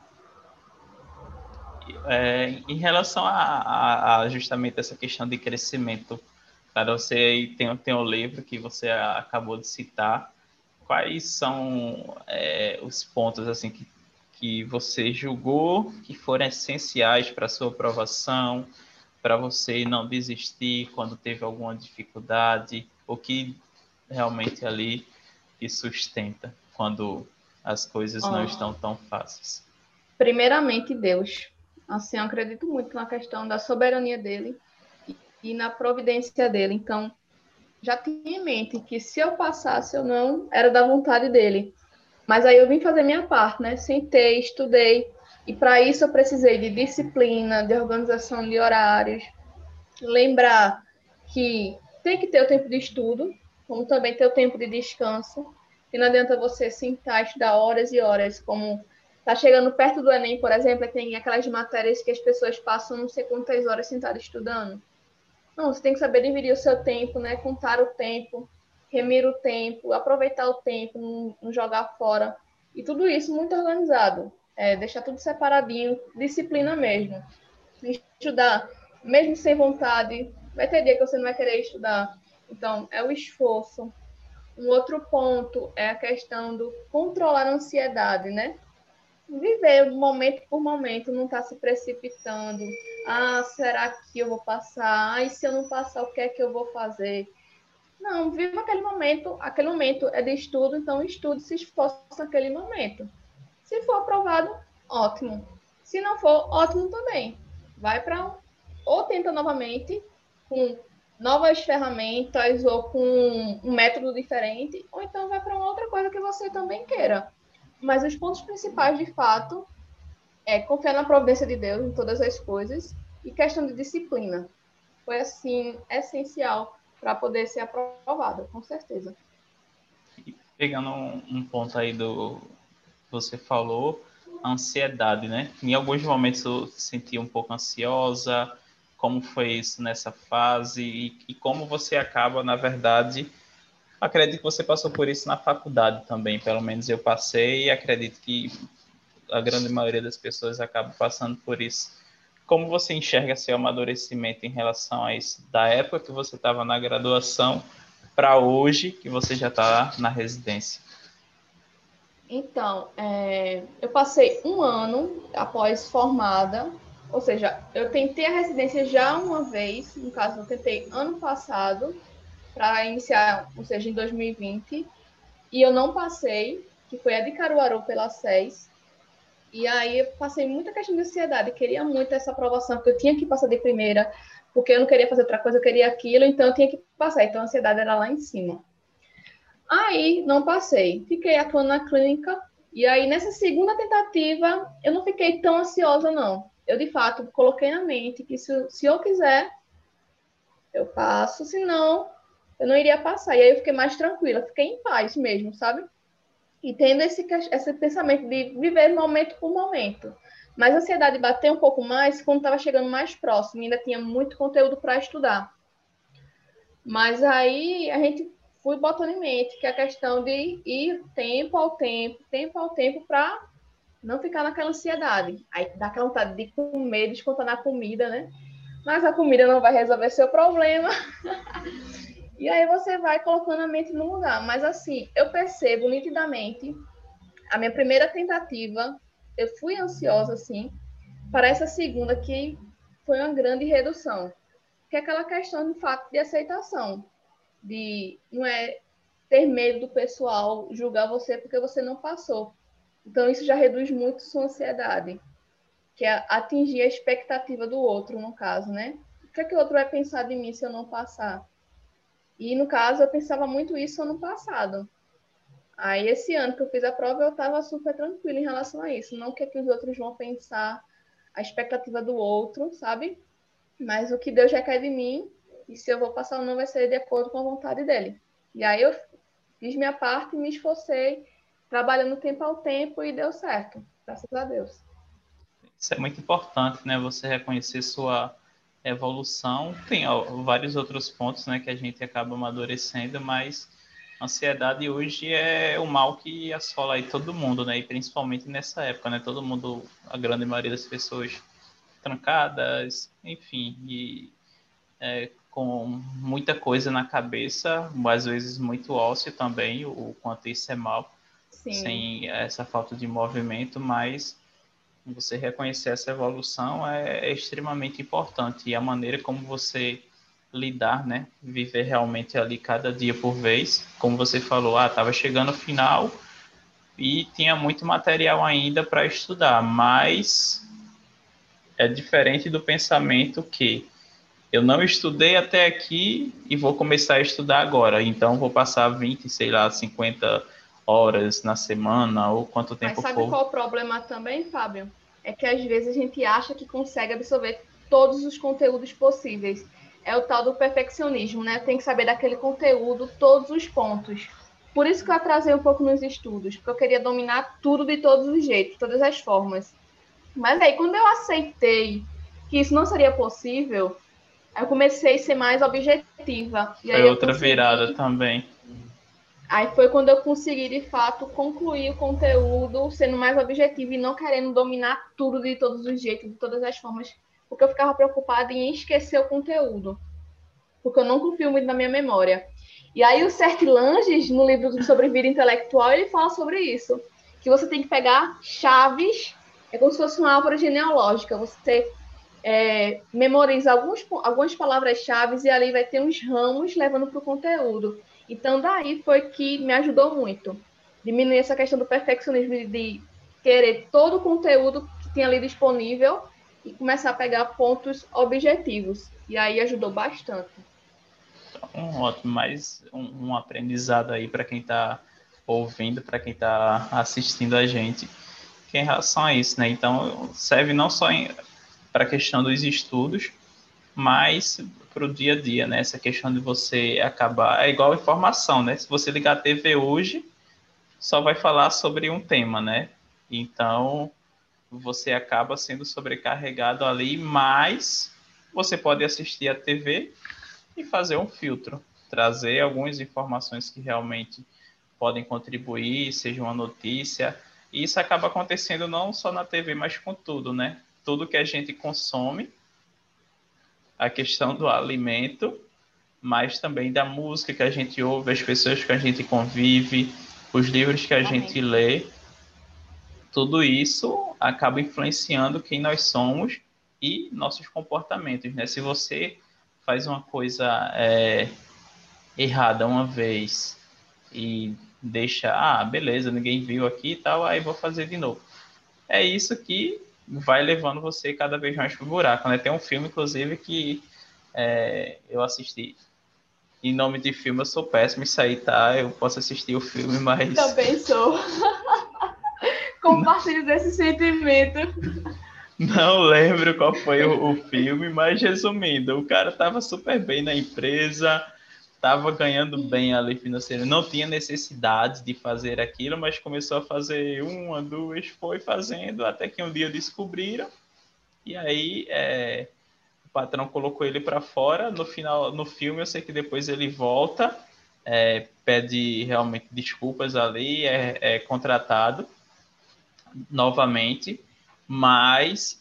Em relação a justamente essa questão de crescimento, cara, você aí tem um livro que você acabou de citar. Quais são os pontos assim que você julgou que foram essenciais para a sua aprovação, para você não desistir quando teve alguma dificuldade, o que realmente ali te sustenta quando as coisas não estão Ó, tão fáceis? primeiramente, Deus. Assim, eu acredito muito na questão da soberania dele e na providência dele. Então, já tinha em mente que se eu passasse ou não, era da vontade dele. Mas aí eu vim fazer minha parte, né? Sentei, estudei, E para isso eu precisei de disciplina, de organização de horários, lembrar que tem que ter o tempo de estudo, como também ter o tempo de descanso, e não adianta você sentar e estudar horas e horas, como está chegando perto do Enem, por exemplo, tem aquelas matérias que as pessoas passam não sei quantas horas sentadas estudando. Não, você tem que saber dividir o seu tempo, né? Contar o tempo, remir o tempo, aproveitar o tempo, não jogar fora. E tudo isso muito organizado. Deixar tudo separadinho, disciplina mesmo. Estudar, mesmo sem vontade, vai ter dia que você não vai querer estudar. Então, é o esforço. Um outro ponto é a questão do controlar a ansiedade, né? Viver momento por momento, não estar se precipitando. Ah, será que eu vou passar? Ah, e se eu não passar, o que é que eu vou fazer? Não, viva aquele momento é de estudo, então estude, se esforce naquele momento. Se for aprovado, ótimo. Se não for, ótimo também. Vai para ou tenta novamente com novas ferramentas ou com um método diferente, ou então vai para uma outra coisa que você também queira. Mas os pontos principais, de fato, é confiar na providência de Deus em todas as coisas e questão de disciplina. Foi, assim, essencial para poder ser aprovado, com certeza. Pegando um ponto aí do que você falou, a ansiedade, né? Em alguns momentos eu senti um pouco ansiosa, como foi isso nessa fase e como você acaba, na verdade, acredito que você passou por isso na faculdade também, pelo menos eu passei e acredito que a grande maioria das pessoas acaba passando por isso. Como você enxerga seu amadurecimento em relação a isso, da época que você estava na graduação para hoje que você já está na residência? Então, eu passei um ano após formada, ou seja, eu tentei a residência já uma vez, no caso, eu tentei ano passado, para iniciar, ou seja, em 2020, e eu não passei, que foi a de Caruaru pela SES, e aí eu passei muita questão de ansiedade, queria muito essa aprovação, porque eu tinha que passar de primeira, porque eu não queria fazer outra coisa, eu queria aquilo, então eu tinha que passar, então a ansiedade era lá em cima. Aí não passei, fiquei atuando na clínica, e aí nessa segunda tentativa eu não fiquei tão ansiosa, não. Eu de fato coloquei na mente que se eu quiser, eu passo, se não, eu não iria passar. E aí eu fiquei mais tranquila, fiquei em paz mesmo, sabe? E tendo esse pensamento de viver momento por momento. Mas a ansiedade bateu um pouco mais quando estava chegando mais próximo, ainda tinha muito conteúdo para estudar. Mas aí a gente fui botando em mente que a questão de ir tempo ao tempo, para não ficar naquela ansiedade. Aí dá aquela vontade de comer, descontar na comida, né? Mas a comida não vai resolver seu problema. E aí você vai colocando a mente no lugar. Mas assim, eu percebo nitidamente a minha primeira tentativa, eu fui ansiosa, assim, para essa segunda, que foi uma grande redução. Que é aquela questão, de fato, de aceitação. De não é ter medo do pessoal julgar você porque você não passou. Então, isso já reduz muito sua ansiedade, que é atingir a expectativa do outro, no caso, né? O que é que o outro vai pensar de mim se eu não passar? E, no caso, eu pensava muito isso ano passado. Aí, esse ano que eu fiz a prova, eu estava super tranquila em relação a isso. Não o que é que os outros vão pensar, a expectativa do outro, sabe? Mas o que Deus já quer de mim, e se eu vou passar ou não, vai ser de acordo com a vontade dele. E aí eu fiz minha parte, me esforcei, trabalhando tempo ao tempo e deu certo, graças a Deus. Isso é muito importante, né? Você reconhecer sua evolução. Tem vários outros pontos, né, que a gente acaba amadurecendo, mas a ansiedade hoje é o mal que assola aí todo mundo, né? E principalmente nessa época, né? Todo mundo, a grande maioria das pessoas trancadas, enfim, e com muita coisa na cabeça, às vezes muito ósseo também, o quanto isso é mal, Sim, sem essa falta de movimento, mas você reconhecer essa evolução é extremamente importante e a maneira como você lidar, né, viver realmente ali cada dia por vez, como você falou, estava chegando ao final e tinha muito material ainda para estudar, mas é diferente do pensamento que eu não estudei até aqui e vou começar a estudar agora, então vou passar 20, sei lá, 50 horas na semana ou quanto mas tempo sabe for. qual o problema também, Fábio? é que às vezes a gente acha que consegue absorver todos os conteúdos possíveis. É o tal do perfeccionismo, né? Tem que saber daquele conteúdo, todos os pontos. Por isso que eu atrasei um pouco nos estudos, porque eu queria dominar tudo de todos os jeitos, todas as formas. Mas aí, quando eu aceitei que isso não seria possível, eu comecei a ser mais objetiva. E Foi aí eu outra virada consegui. também. Aí foi quando eu consegui, de fato, concluir o conteúdo sendo mais objetivo e não querendo dominar tudo de todos os jeitos, de todas as formas, porque eu ficava preocupada em esquecer o conteúdo, porque eu não confio muito na minha memória. E aí o Sert Langes, no livro sobre vida intelectual, ele fala sobre isso, que você tem que pegar chaves, é como se fosse uma árvore genealógica, você memoriza algumas palavras-chave e ali vai ter uns ramos levando para o conteúdo. Então, daí foi que me ajudou muito. Diminuir essa questão do perfeccionismo de querer todo o conteúdo que tinha ali disponível e começar a pegar pontos objetivos. E aí ajudou bastante. Ótimo, mais um aprendizado aí para quem está ouvindo, para quem está assistindo a gente, que é em relação a isso, né? Então, serve não só para a questão dos estudos, mas para o dia a dia, né? Essa questão de você acabar. É igual informação, né? Se você ligar a TV hoje, só vai falar sobre um tema, né? Então, você acaba sendo sobrecarregado ali, mas você pode assistir a TV e fazer um filtro, trazer algumas informações que realmente podem contribuir, seja uma notícia. E isso acaba acontecendo não só na TV, mas com tudo, né? Tudo que a gente consome, a questão do alimento, mas também da música que a gente ouve, as pessoas que a gente convive, os livros que a gente Exatamente. lê, tudo isso acaba influenciando quem nós somos e nossos comportamentos, né? Se você faz uma coisa errada uma vez e deixa, beleza, ninguém viu aqui e tal, aí vou fazer de novo. É isso que vai levando você cada vez mais pro buraco, né? Tem um filme, inclusive, que eu assisti. Em nome de filme, eu sou péssimo, isso aí, tá? Eu posso assistir o filme, mas Também sou. Compartilho desse sentimento. não lembro qual foi o filme, mas resumindo, o cara estava super bem na empresa, estava ganhando bem ali financeiro, não tinha necessidade de fazer aquilo, mas começou a fazer uma, duas, foi fazendo, até que um dia descobriram, e aí o patrão colocou ele para fora. No final, no filme, eu sei que depois ele volta, pede realmente desculpas ali, é contratado novamente, mas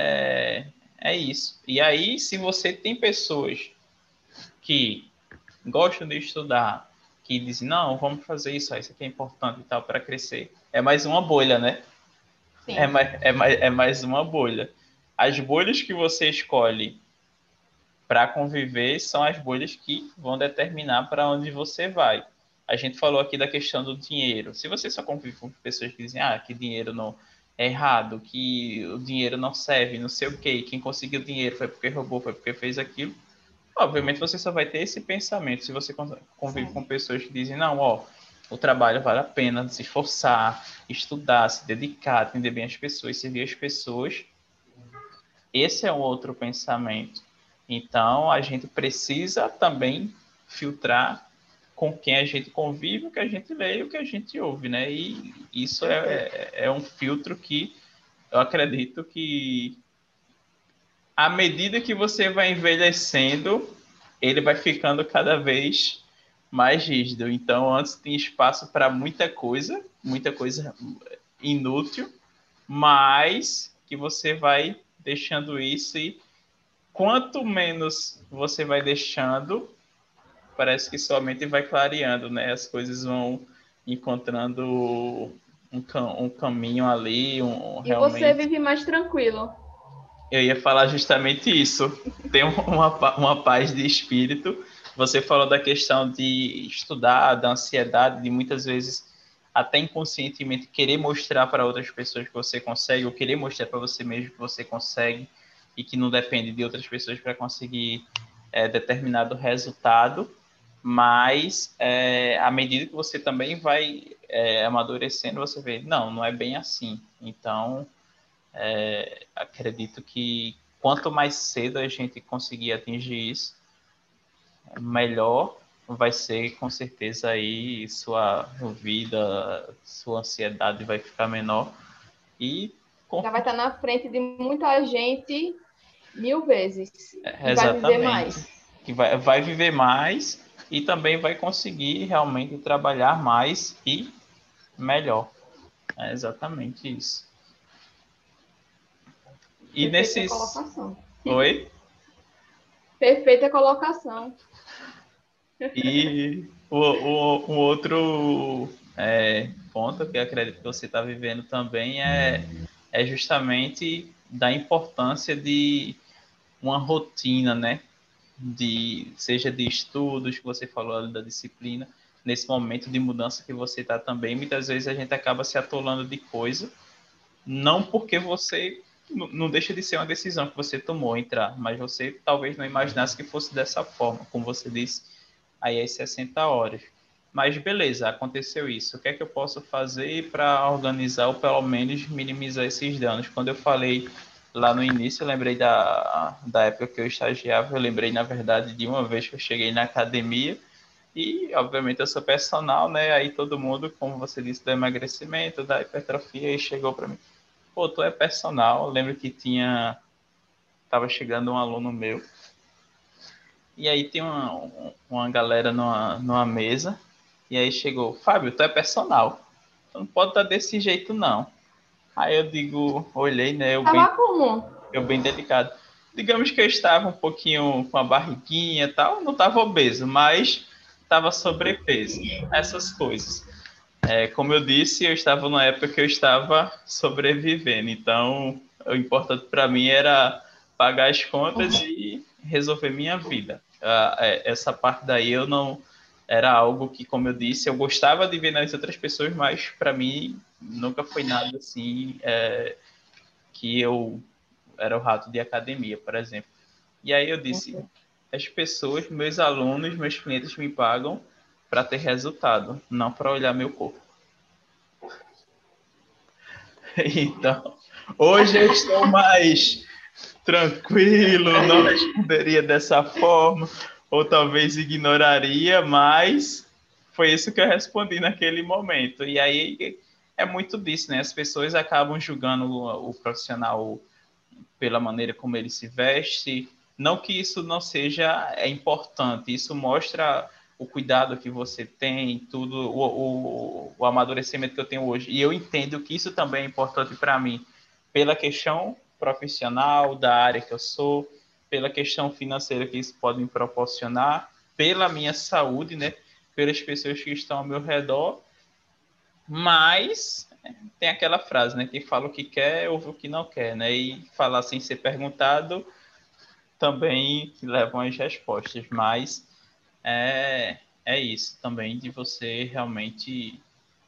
é isso. E aí, se você tem pessoas que gostam de estudar, que dizem, não, vamos fazer isso aqui é importante e tal para crescer, é mais uma bolha, né? Sim, É mais uma bolha. As bolhas que você escolhe para conviver são as bolhas que vão determinar para onde você vai. A gente falou aqui da questão do dinheiro. Se você só convive com pessoas que dizem que dinheiro não é errado, que o dinheiro não serve, não sei o quê, quem conseguiu dinheiro foi porque roubou, foi porque fez aquilo, obviamente você só vai ter esse pensamento. Se você convive com sim. pessoas que dizem, não, o trabalho vale a pena, se esforçar, estudar, se dedicar, atender bem as pessoas, servir as pessoas, esse é um outro pensamento. Então, a gente precisa também filtrar com quem a gente convive, o que a gente lê e o que a gente ouve, né? E isso Perfeito. é um filtro que eu acredito que, à medida que você vai envelhecendo, ele vai ficando cada vez mais rígido. Então, antes tinha espaço para muita coisa inútil, mas que você vai deixando isso e quanto menos você vai deixando, parece que sua mente vai clareando, né? As coisas vão encontrando um caminho ali, E você realmente. vive mais tranquilo. Eu ia falar justamente isso. Tem uma paz de espírito. Você falou da questão de estudar, da ansiedade, de muitas vezes até inconscientemente querer mostrar para outras pessoas que você consegue, ou querer mostrar para você mesmo que você consegue e que não depende de outras pessoas para conseguir determinado resultado. Mas à medida que você também vai amadurecendo, você vê, não é bem assim. Então, Acredito que quanto mais cedo a gente conseguir atingir isso, melhor vai ser, com certeza, aí sua vida, sua ansiedade vai ficar menor e Já vai estar na frente de muita gente 1000 vezes e vai viver exatamente mais. que vai viver mais e também vai conseguir realmente trabalhar mais e melhor. É exatamente isso. E Perfeita nesses. colocação. Oi? Perfeita colocação. E o outro ponto que eu acredito que você está vivendo também é justamente da importância de uma rotina, né? Seja de estudos, que você falou ali da disciplina, nesse momento de mudança que você está também, muitas vezes a gente acaba se atolando de coisa, não porque você não deixa de ser uma decisão que você tomou entrar, mas você talvez não imaginasse que fosse dessa forma, como você disse, aí as 60 horas. Mas beleza, aconteceu isso. O que é que eu posso fazer para organizar ou pelo menos minimizar esses danos? Quando eu falei lá no início, eu lembrei da época que eu estagiava, eu lembrei, na verdade, de uma vez que eu cheguei na academia e, obviamente, eu sou personal, né? Aí todo mundo, como você disse, do emagrecimento, da hipertrofia, e chegou para mim, pô, tu é personal. Eu lembro que tava chegando um aluno meu e aí tem uma galera numa mesa. E aí chegou, Fábio, tu é personal. Tu não pode estar desse jeito, não. Aí eu digo, olhei, né? Tava como? Eu bem delicado. Digamos que eu estava um pouquinho com a barriguinha e tal. Não estava obeso, mas estava sobrepeso. Essas coisas. Como eu disse, eu estava numa época que eu estava sobrevivendo. Então, o importante para mim era pagar as contas e resolver minha vida. Essa parte daí eu não era algo que, como eu disse, eu gostava de ver nas outras pessoas, mas para mim nunca foi nada assim que eu era o rato de academia, por exemplo. E aí eu disse, as pessoas, meus alunos, meus clientes me pagam para ter resultado, não para olhar meu corpo. Então, hoje eu estou mais tranquilo, não responderia dessa forma, ou talvez ignoraria, mas foi isso que eu respondi naquele momento. E aí é muito disso, né? As pessoas acabam julgando o profissional pela maneira como ele se veste. Não que isso não seja importante, isso mostra o cuidado que você tem, tudo, o amadurecimento que eu tenho hoje. E eu entendo que isso também é importante para mim, pela questão profissional da área que eu sou, pela questão financeira que isso pode me proporcionar, pela minha saúde, né? Pelas pessoas que estão ao meu redor, mas tem aquela frase, né? Que fala o que quer, ouve o que não quer, né? E falar sem ser perguntado também levam as respostas. Mas é isso também de você realmente,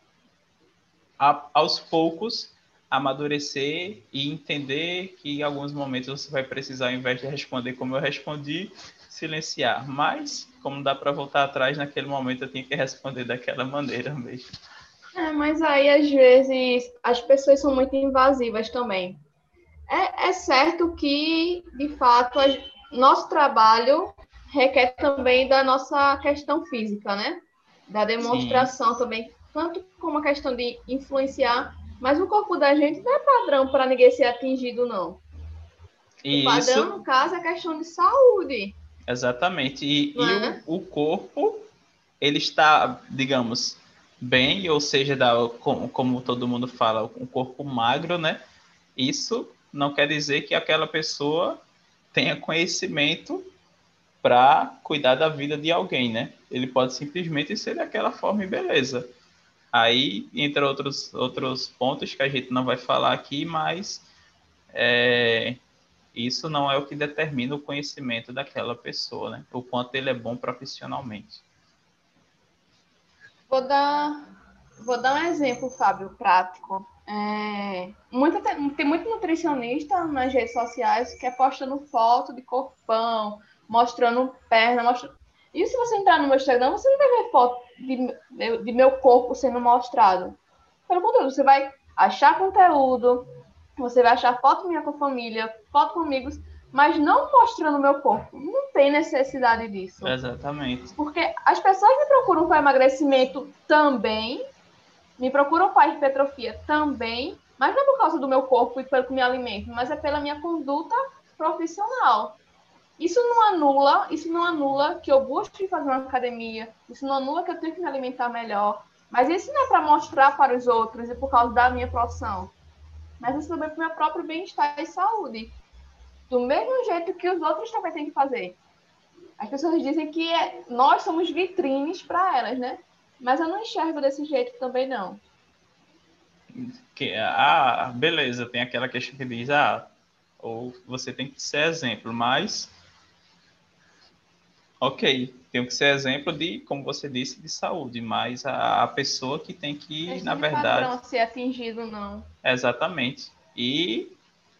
aos poucos, amadurecer e entender que em alguns momentos você vai precisar, ao invés de responder como eu respondi, silenciar. Mas, como dá para voltar atrás, naquele momento eu tinha que responder daquela maneira mesmo. Mas aí, às vezes, as pessoas são muito invasivas também. É certo que, de fato, nosso trabalho requer também da nossa questão física, né? Da Sim, demonstração também, tanto como a questão de influenciar, mas o corpo da gente não é padrão para ninguém ser atingido, não. O e padrão, isso. no caso, é questão de saúde, Exatamente. E né? o corpo, ele está, digamos, bem, ou seja, como todo mundo fala, um corpo magro, né? Isso não quer dizer que aquela pessoa tenha conhecimento para cuidar da vida de alguém, né? Ele pode simplesmente ser daquela forma e beleza. Aí, entre outros pontos que a gente não vai falar aqui, mas isso não é o que determina o conhecimento daquela pessoa, né? O quanto ele é bom profissionalmente. Vou dar, vou dar um exemplo, Fábio, prático. Tem muito nutricionista nas redes sociais que é postando foto de corpão, mostrando perna, E se você entrar no meu Instagram, você não vai ver foto de meu corpo sendo mostrado. Pelo contrário, você vai achar conteúdo, Você vai achar foto minha com família, foto com amigos, mas não mostrando meu corpo. Não tem necessidade disso. Exatamente. Porque as pessoas me procuram para emagrecimento também, me procuram para hipertrofia também, mas não é por causa do meu corpo e pelo que me alimento, mas é pela minha conduta profissional. Isso não anula que eu busque fazer uma academia, isso não anula que eu tenho que me alimentar melhor, mas isso não é para mostrar para os outros e por causa da minha profissão, mas isso também é para o meu próprio bem-estar e saúde. Do mesmo jeito que os outros também têm que fazer. As pessoas dizem que nós somos vitrines para elas, né? Mas eu não enxergo desse jeito também, não. Beleza, tem aquela questão que diz, ou você tem que ser exemplo, mas, ok, tem que ser exemplo de, como você disse, de saúde, mas a pessoa que tem que, na Questão de verdade, padrão a ser atingido, não. exatamente. E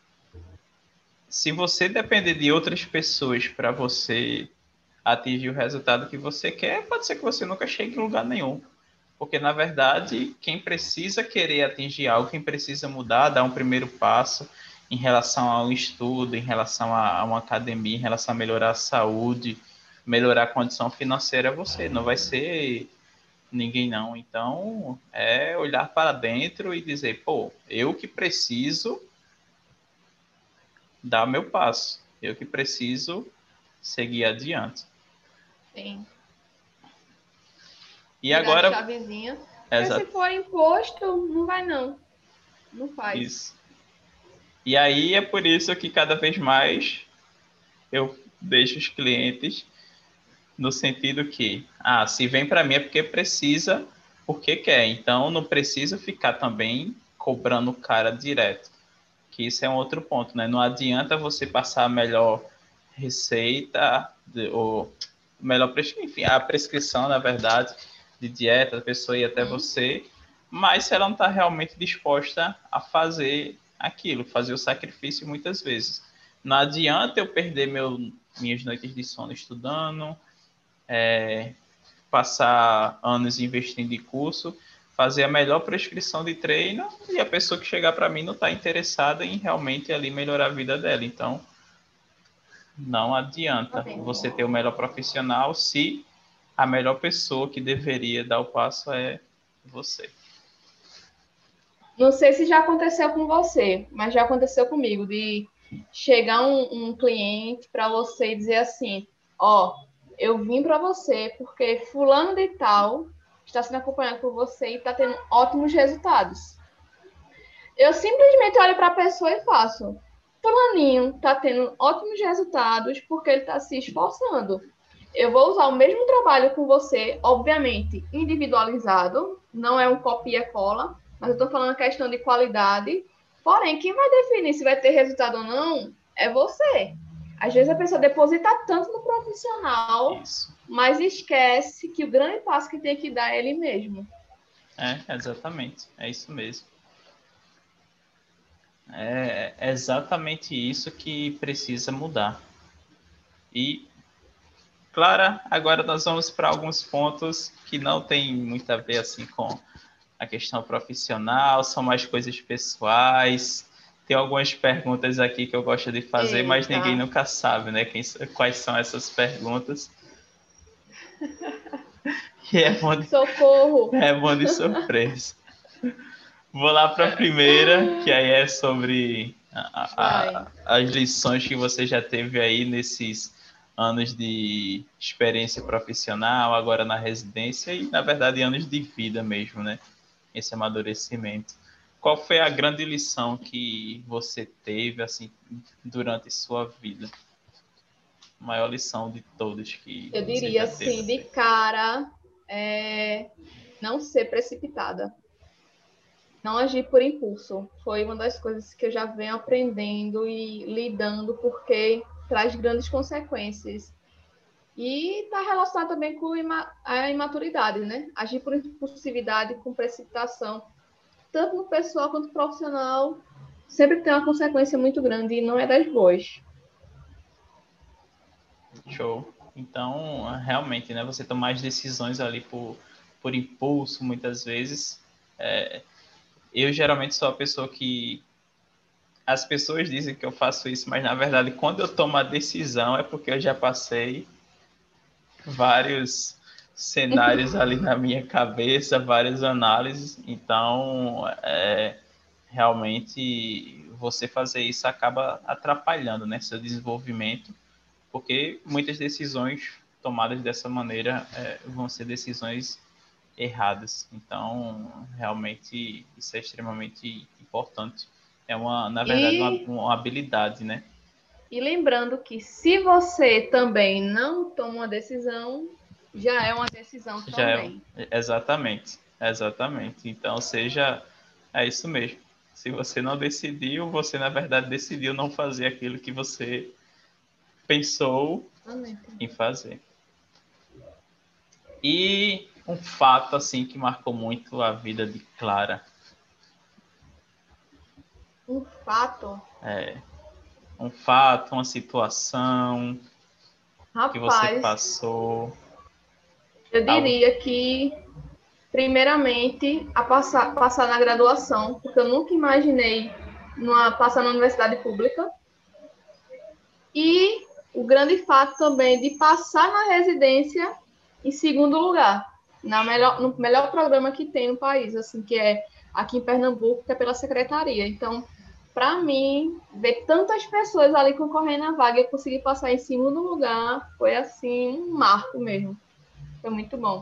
se você depender de outras pessoas para você atingir o resultado que você quer, pode ser que você nunca chegue em lugar nenhum. Porque, na verdade, quem precisa querer atingir algo, quem precisa mudar, dar um primeiro passo em relação ao estudo, em relação a uma academia, em relação a melhorar a saúde, melhorar a condição financeira, é você, não vai ser ninguém não. Então, é olhar para dentro e dizer, pô, eu que preciso dar o meu passo, eu que preciso seguir adiante. Sim. E Virar a agora, chavezinha. Porque se exato, for imposto, não vai não. Não faz. isso. E aí é por isso que cada vez mais eu deixo os clientes no sentido que, se vem para mim é porque precisa, porque quer. Então não precisa ficar também cobrando o cara direto. Que isso é um outro ponto, né? Não adianta você passar a melhor receita ou melhor, enfim, a prescrição, na verdade, de dieta, a pessoa ir até você, mas se ela não está realmente disposta a fazer aquilo, fazer o sacrifício muitas vezes. Não adianta eu perder minhas noites de sono estudando, passar anos investindo em curso, fazer a melhor prescrição de treino e a pessoa que chegar para mim não está interessada em realmente ali melhorar a vida dela. Então, não adianta você ter o melhor profissional se a melhor pessoa que deveria dar o passo é você. Não sei se já aconteceu com você, mas já aconteceu comigo, de chegar um cliente para você e dizer assim, ó, eu vim para você porque fulano de tal está sendo acompanhado por você e está tendo ótimos resultados. Eu simplesmente olho para a pessoa e faço, fulaninho está tendo ótimos resultados porque ele está se esforçando. Eu vou usar o mesmo trabalho com você, obviamente individualizado, não é um copia-cola, mas eu estou falando a questão de qualidade. Porém, quem vai definir se vai ter resultado ou não é você. Às vezes a pessoa deposita tanto no profissional, Isso. mas esquece que o grande passo que tem que dar é ele mesmo. Exatamente. É isso mesmo. É exatamente isso que precisa mudar. E, Clara, agora nós vamos para alguns pontos que não tem muito a ver assim com a questão profissional, são mais coisas pessoais. Tem algumas perguntas aqui que eu gosto de fazer, mas ninguém Eita. nunca sabe, né? Quais são essas perguntas. E Socorro! é bom de surpresa. Vou lá para a primeira, que aí é sobre Vai. as lições que você já teve aí nesses anos de experiência profissional, agora na residência e, na verdade, anos de vida mesmo, né? Esse amadurecimento. Qual foi a grande lição que você teve assim durante sua vida? A maior lição de todas que Eu você diria já teve? assim, de cara, não ser precipitada. Não agir por impulso. Foi uma das coisas que eu já venho aprendendo e lidando, porque traz grandes consequências. E está relacionado também com a imaturidade, né? Agir por impulsividade, com precipitação, tanto no pessoal quanto no profissional, sempre tem uma consequência muito grande e não é das boas. Show. Então, realmente, né, você tomar as decisões ali por impulso, muitas vezes. Eu geralmente sou a pessoa que as pessoas dizem que eu faço isso, mas na verdade, quando eu tomo a decisão, é porque eu já passei vários cenários ali na minha cabeça, várias análises. Então, realmente, você fazer isso acaba atrapalhando, né, seu desenvolvimento, porque muitas decisões tomadas dessa maneira vão ser decisões erradas. Então, realmente, isso é extremamente importante. É na verdade, E, uma habilidade, né? e lembrando que se você também não toma uma decisão, já é uma decisão Já também. exatamente, exatamente. Então, é isso mesmo. Se você não decidiu, você na verdade decidiu não fazer aquilo que você pensou Exatamente. em fazer. E um fato assim que marcou muito a vida de Clara, Um fato, um fato, uma situação que você rapaz, passou, eu algo. diria que, primeiramente, passar na graduação, porque eu nunca imaginei passar na universidade pública. E o grande fato também de passar na residência em segundo lugar, no melhor programa que tem no país, assim, que é aqui em Pernambuco, que é pela secretaria. Então, para mim, ver tantas pessoas ali concorrendo à vaga e eu conseguir passar em segundo lugar, foi assim, um marco mesmo. Foi muito bom.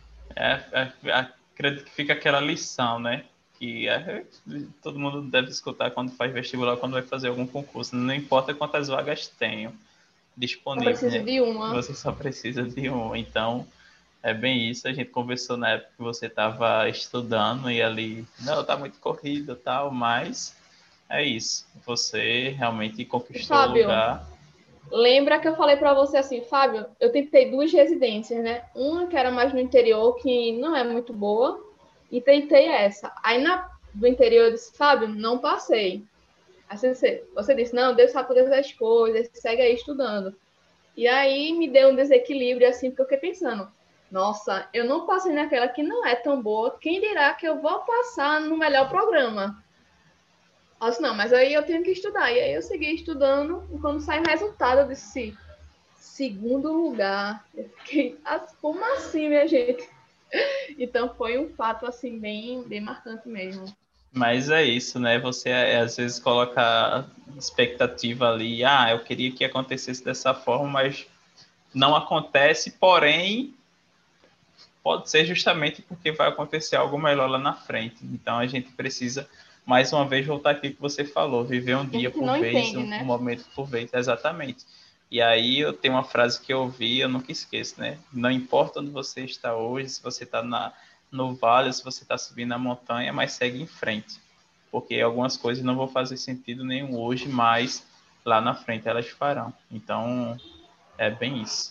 Acredito que fica aquela lição, né? Que todo mundo deve escutar quando faz vestibular, quando vai fazer algum concurso. Não importa quantas vagas tenham Só disponíveis, preciso né? de uma. Você só precisa de um. Então, é bem isso. A gente conversou na época que você estava estudando e ali, não, tá muito corrido e tal, mas é isso. Você realmente E, conquistou o Fábio, lugar. lembra que eu falei para você assim, Fábio, eu tentei duas residências, né? Uma que era mais no interior, que não é muito boa, e tentei essa. Aí na do interior eu disse, Fábio, não passei. Aí você disse, não, Deus sabe todas as coisas, segue aí estudando. E aí me deu um desequilíbrio assim, porque eu fiquei pensando, nossa, eu não passei naquela que não é tão boa, quem dirá que eu vou passar no melhor programa? Eu disse, não, mas aí eu tenho que estudar. E aí eu segui estudando, e quando sai o resultado, eu disse, segundo lugar. Eu fiquei, como assim, minha gente? Então foi um fato assim bem marcante mesmo. Mas é isso, né? Você às vezes coloca expectativa ali, eu queria que acontecesse dessa forma, mas não acontece, porém pode ser justamente porque vai acontecer algo melhor lá na frente. Então a gente precisa mais uma vez voltar aqui que você falou, viver um A dia gente por não vez, entende, um né? momento por vez, exatamente. E aí eu tenho uma frase que eu ouvi, eu nunca esqueço, né? Não importa onde você está hoje, se você está no vale, se você está subindo a montanha, mas segue em frente. Porque algumas coisas não vão fazer sentido nenhum hoje, mas lá na frente elas farão. Então, é bem isso.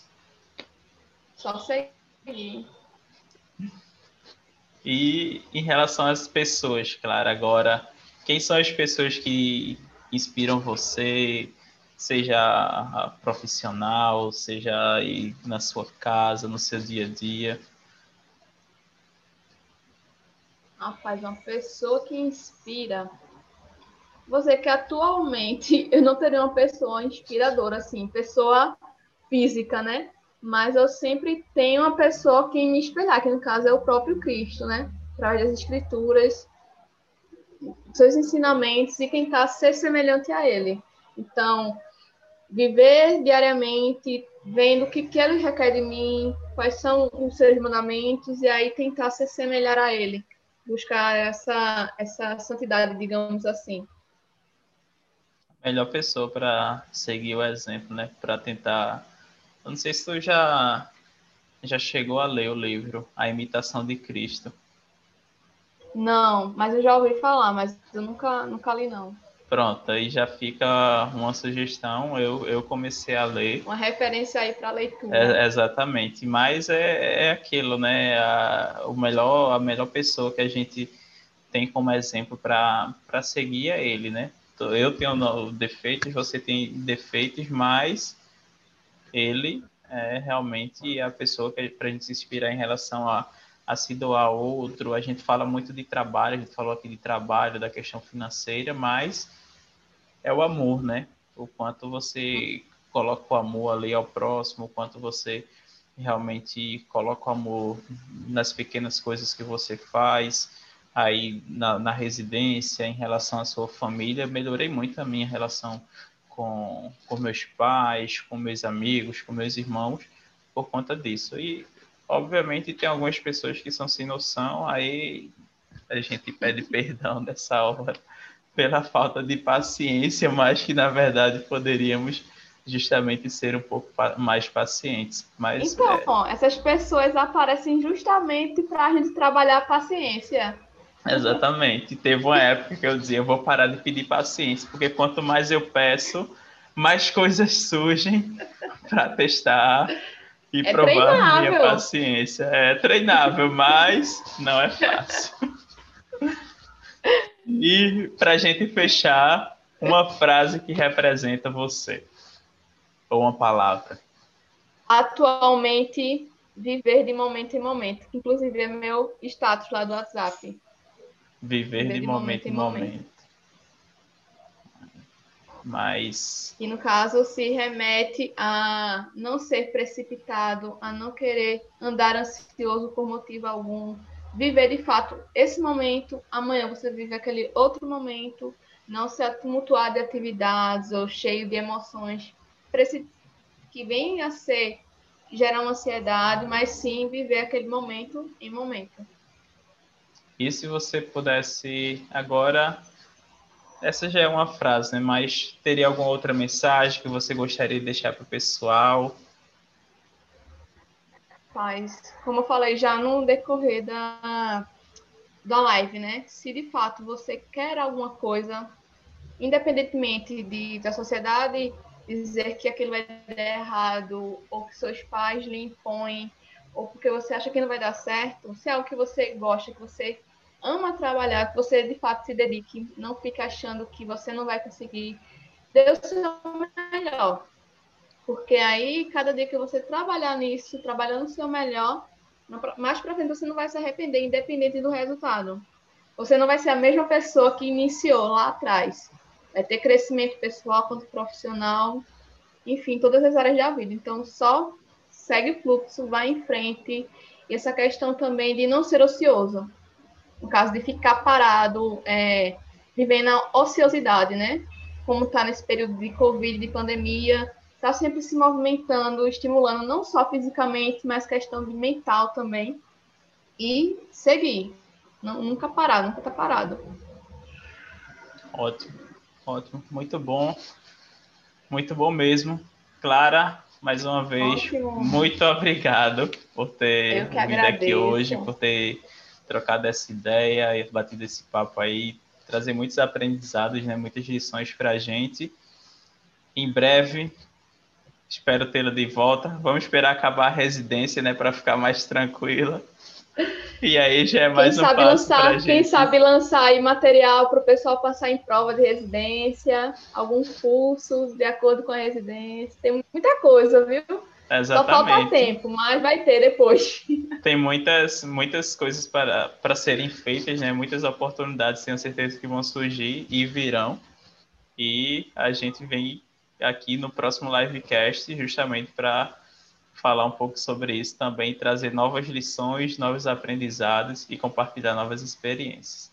Só seguir. E em relação às pessoas, claro, agora, quem são as pessoas que inspiram você, seja profissional, seja aí na sua casa, no seu dia a dia? Rapaz, uma pessoa que inspira. Você que atualmente eu não teria uma pessoa inspiradora, assim, pessoa física, né? Mas eu sempre tenho uma pessoa que me espelhar, que no caso é o próprio Cristo, né? Através das escrituras, seus ensinamentos e tentar ser semelhante a ele. Então, viver diariamente, vendo o que ele requer de mim, quais são os seus mandamentos, e aí tentar se assemelhar a ele. Buscar essa santidade, digamos assim. Melhor pessoa para seguir o exemplo, né? Para tentar. Eu não sei se tu já chegou a ler o livro A Imitação de Cristo. Não, mas eu já ouvi falar, mas eu nunca li, não. Pronto, aí já fica uma sugestão. Eu comecei a ler. Uma referência aí para leitura. Exatamente, mas é aquilo, né? A melhor pessoa que a gente tem como exemplo para seguir é ele, né? Eu tenho defeitos, você tem defeitos, mas ele é realmente a pessoa que para a gente se inspirar em relação a se doar ao outro. A gente fala muito de trabalho, a gente falou aqui de trabalho, da questão financeira, mas é o amor, né? O quanto você coloca o amor ali ao próximo, o quanto você realmente coloca o amor nas pequenas coisas que você faz, aí na residência, em relação à sua família. Melhorei muito a minha relação com meus pais, com meus amigos, com meus irmãos, por conta disso. E, obviamente, tem algumas pessoas que são sem noção, aí a gente pede perdão nessa hora pela falta de paciência, mas que, na verdade, poderíamos justamente ser um pouco mais pacientes. Mas, Então, essas pessoas aparecem justamente para a gente trabalhar a paciência. exatamente. Teve uma época que eu dizia, eu vou parar de pedir paciência, porque quanto mais eu peço, mais coisas surgem para testar e É provar minha treinável. paciência. É treinável, mas não é fácil. E para a gente fechar, uma frase que representa você, ou uma palavra. Atualmente, viver de momento em momento. Inclusive, é meu status lá do WhatsApp. Viver Viver de de momento momento em em momento. momento. Mas, Que, no caso, se remete a não ser precipitado, a não querer andar ansioso por motivo algum. Viver, de fato, esse momento. Amanhã você vive aquele outro momento. Não se tumultuar de atividades ou cheio de emoções que vêm a ser gerar uma ansiedade, mas sim viver aquele momento em momento. e se você pudesse agora, essa já é uma frase, né? Mas teria alguma outra mensagem que você gostaria de deixar para o pessoal? Mas, como eu falei já no decorrer da live, né? Se de fato você quer alguma coisa, independentemente da sociedade dizer que aquilo vai dar errado, ou que seus pais lhe impõem, ou porque você acha que não vai dar certo, se é algo que você gosta, que você ama trabalhar, que você de fato se dedique, não fique achando que você não vai conseguir, dê o seu melhor. Porque aí, cada dia que você trabalhar nisso, trabalhando o seu melhor, mais para frente você não vai se arrepender, independente do resultado. Você não vai ser a mesma pessoa que iniciou lá atrás. Vai ter crescimento pessoal quanto profissional, enfim, todas as áreas da vida. Então, só segue o fluxo, vai em frente. E essa questão também de não ser ocioso. No caso de ficar parado, vivendo na ociosidade, né? Como está nesse período de Covid, de pandemia, está sempre se movimentando, estimulando não só fisicamente, mas questão de mental também. E seguir. Não, nunca parar, nunca tá parado. Ótimo, ótimo, muito bom mesmo. Clara, mais uma vez, Ótimo. muito obrigado por ter Eu que vindo aqui hoje, agradeço. por ter trocado essa ideia e batido esse papo aí, trazer muitos aprendizados, né, muitas lições para a gente. Em breve, espero tê-la de volta. Vamos esperar acabar a residência, né, para ficar mais tranquila. E aí já é mais um passo para a Quem gente. sabe lançar aí material para o pessoal passar em prova de residência, alguns cursos de acordo com a residência. Tem muita coisa, viu? Só falta Exatamente. tempo, mas vai ter depois. Tem muitas coisas para serem feitas, né? Muitas oportunidades, tenho certeza que vão surgir e virão. E a gente vem aqui no próximo livecast justamente para falar um pouco sobre isso também, trazer novas lições, novos aprendizados e compartilhar novas experiências.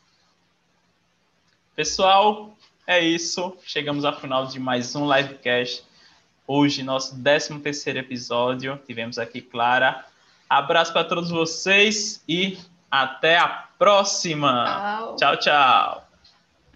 Pessoal, é isso. Chegamos ao final de mais um livecast. Hoje, nosso 13º episódio. Tivemos aqui Clara. Abraço para todos vocês e até a próxima. Tchau. Tchau, tchau.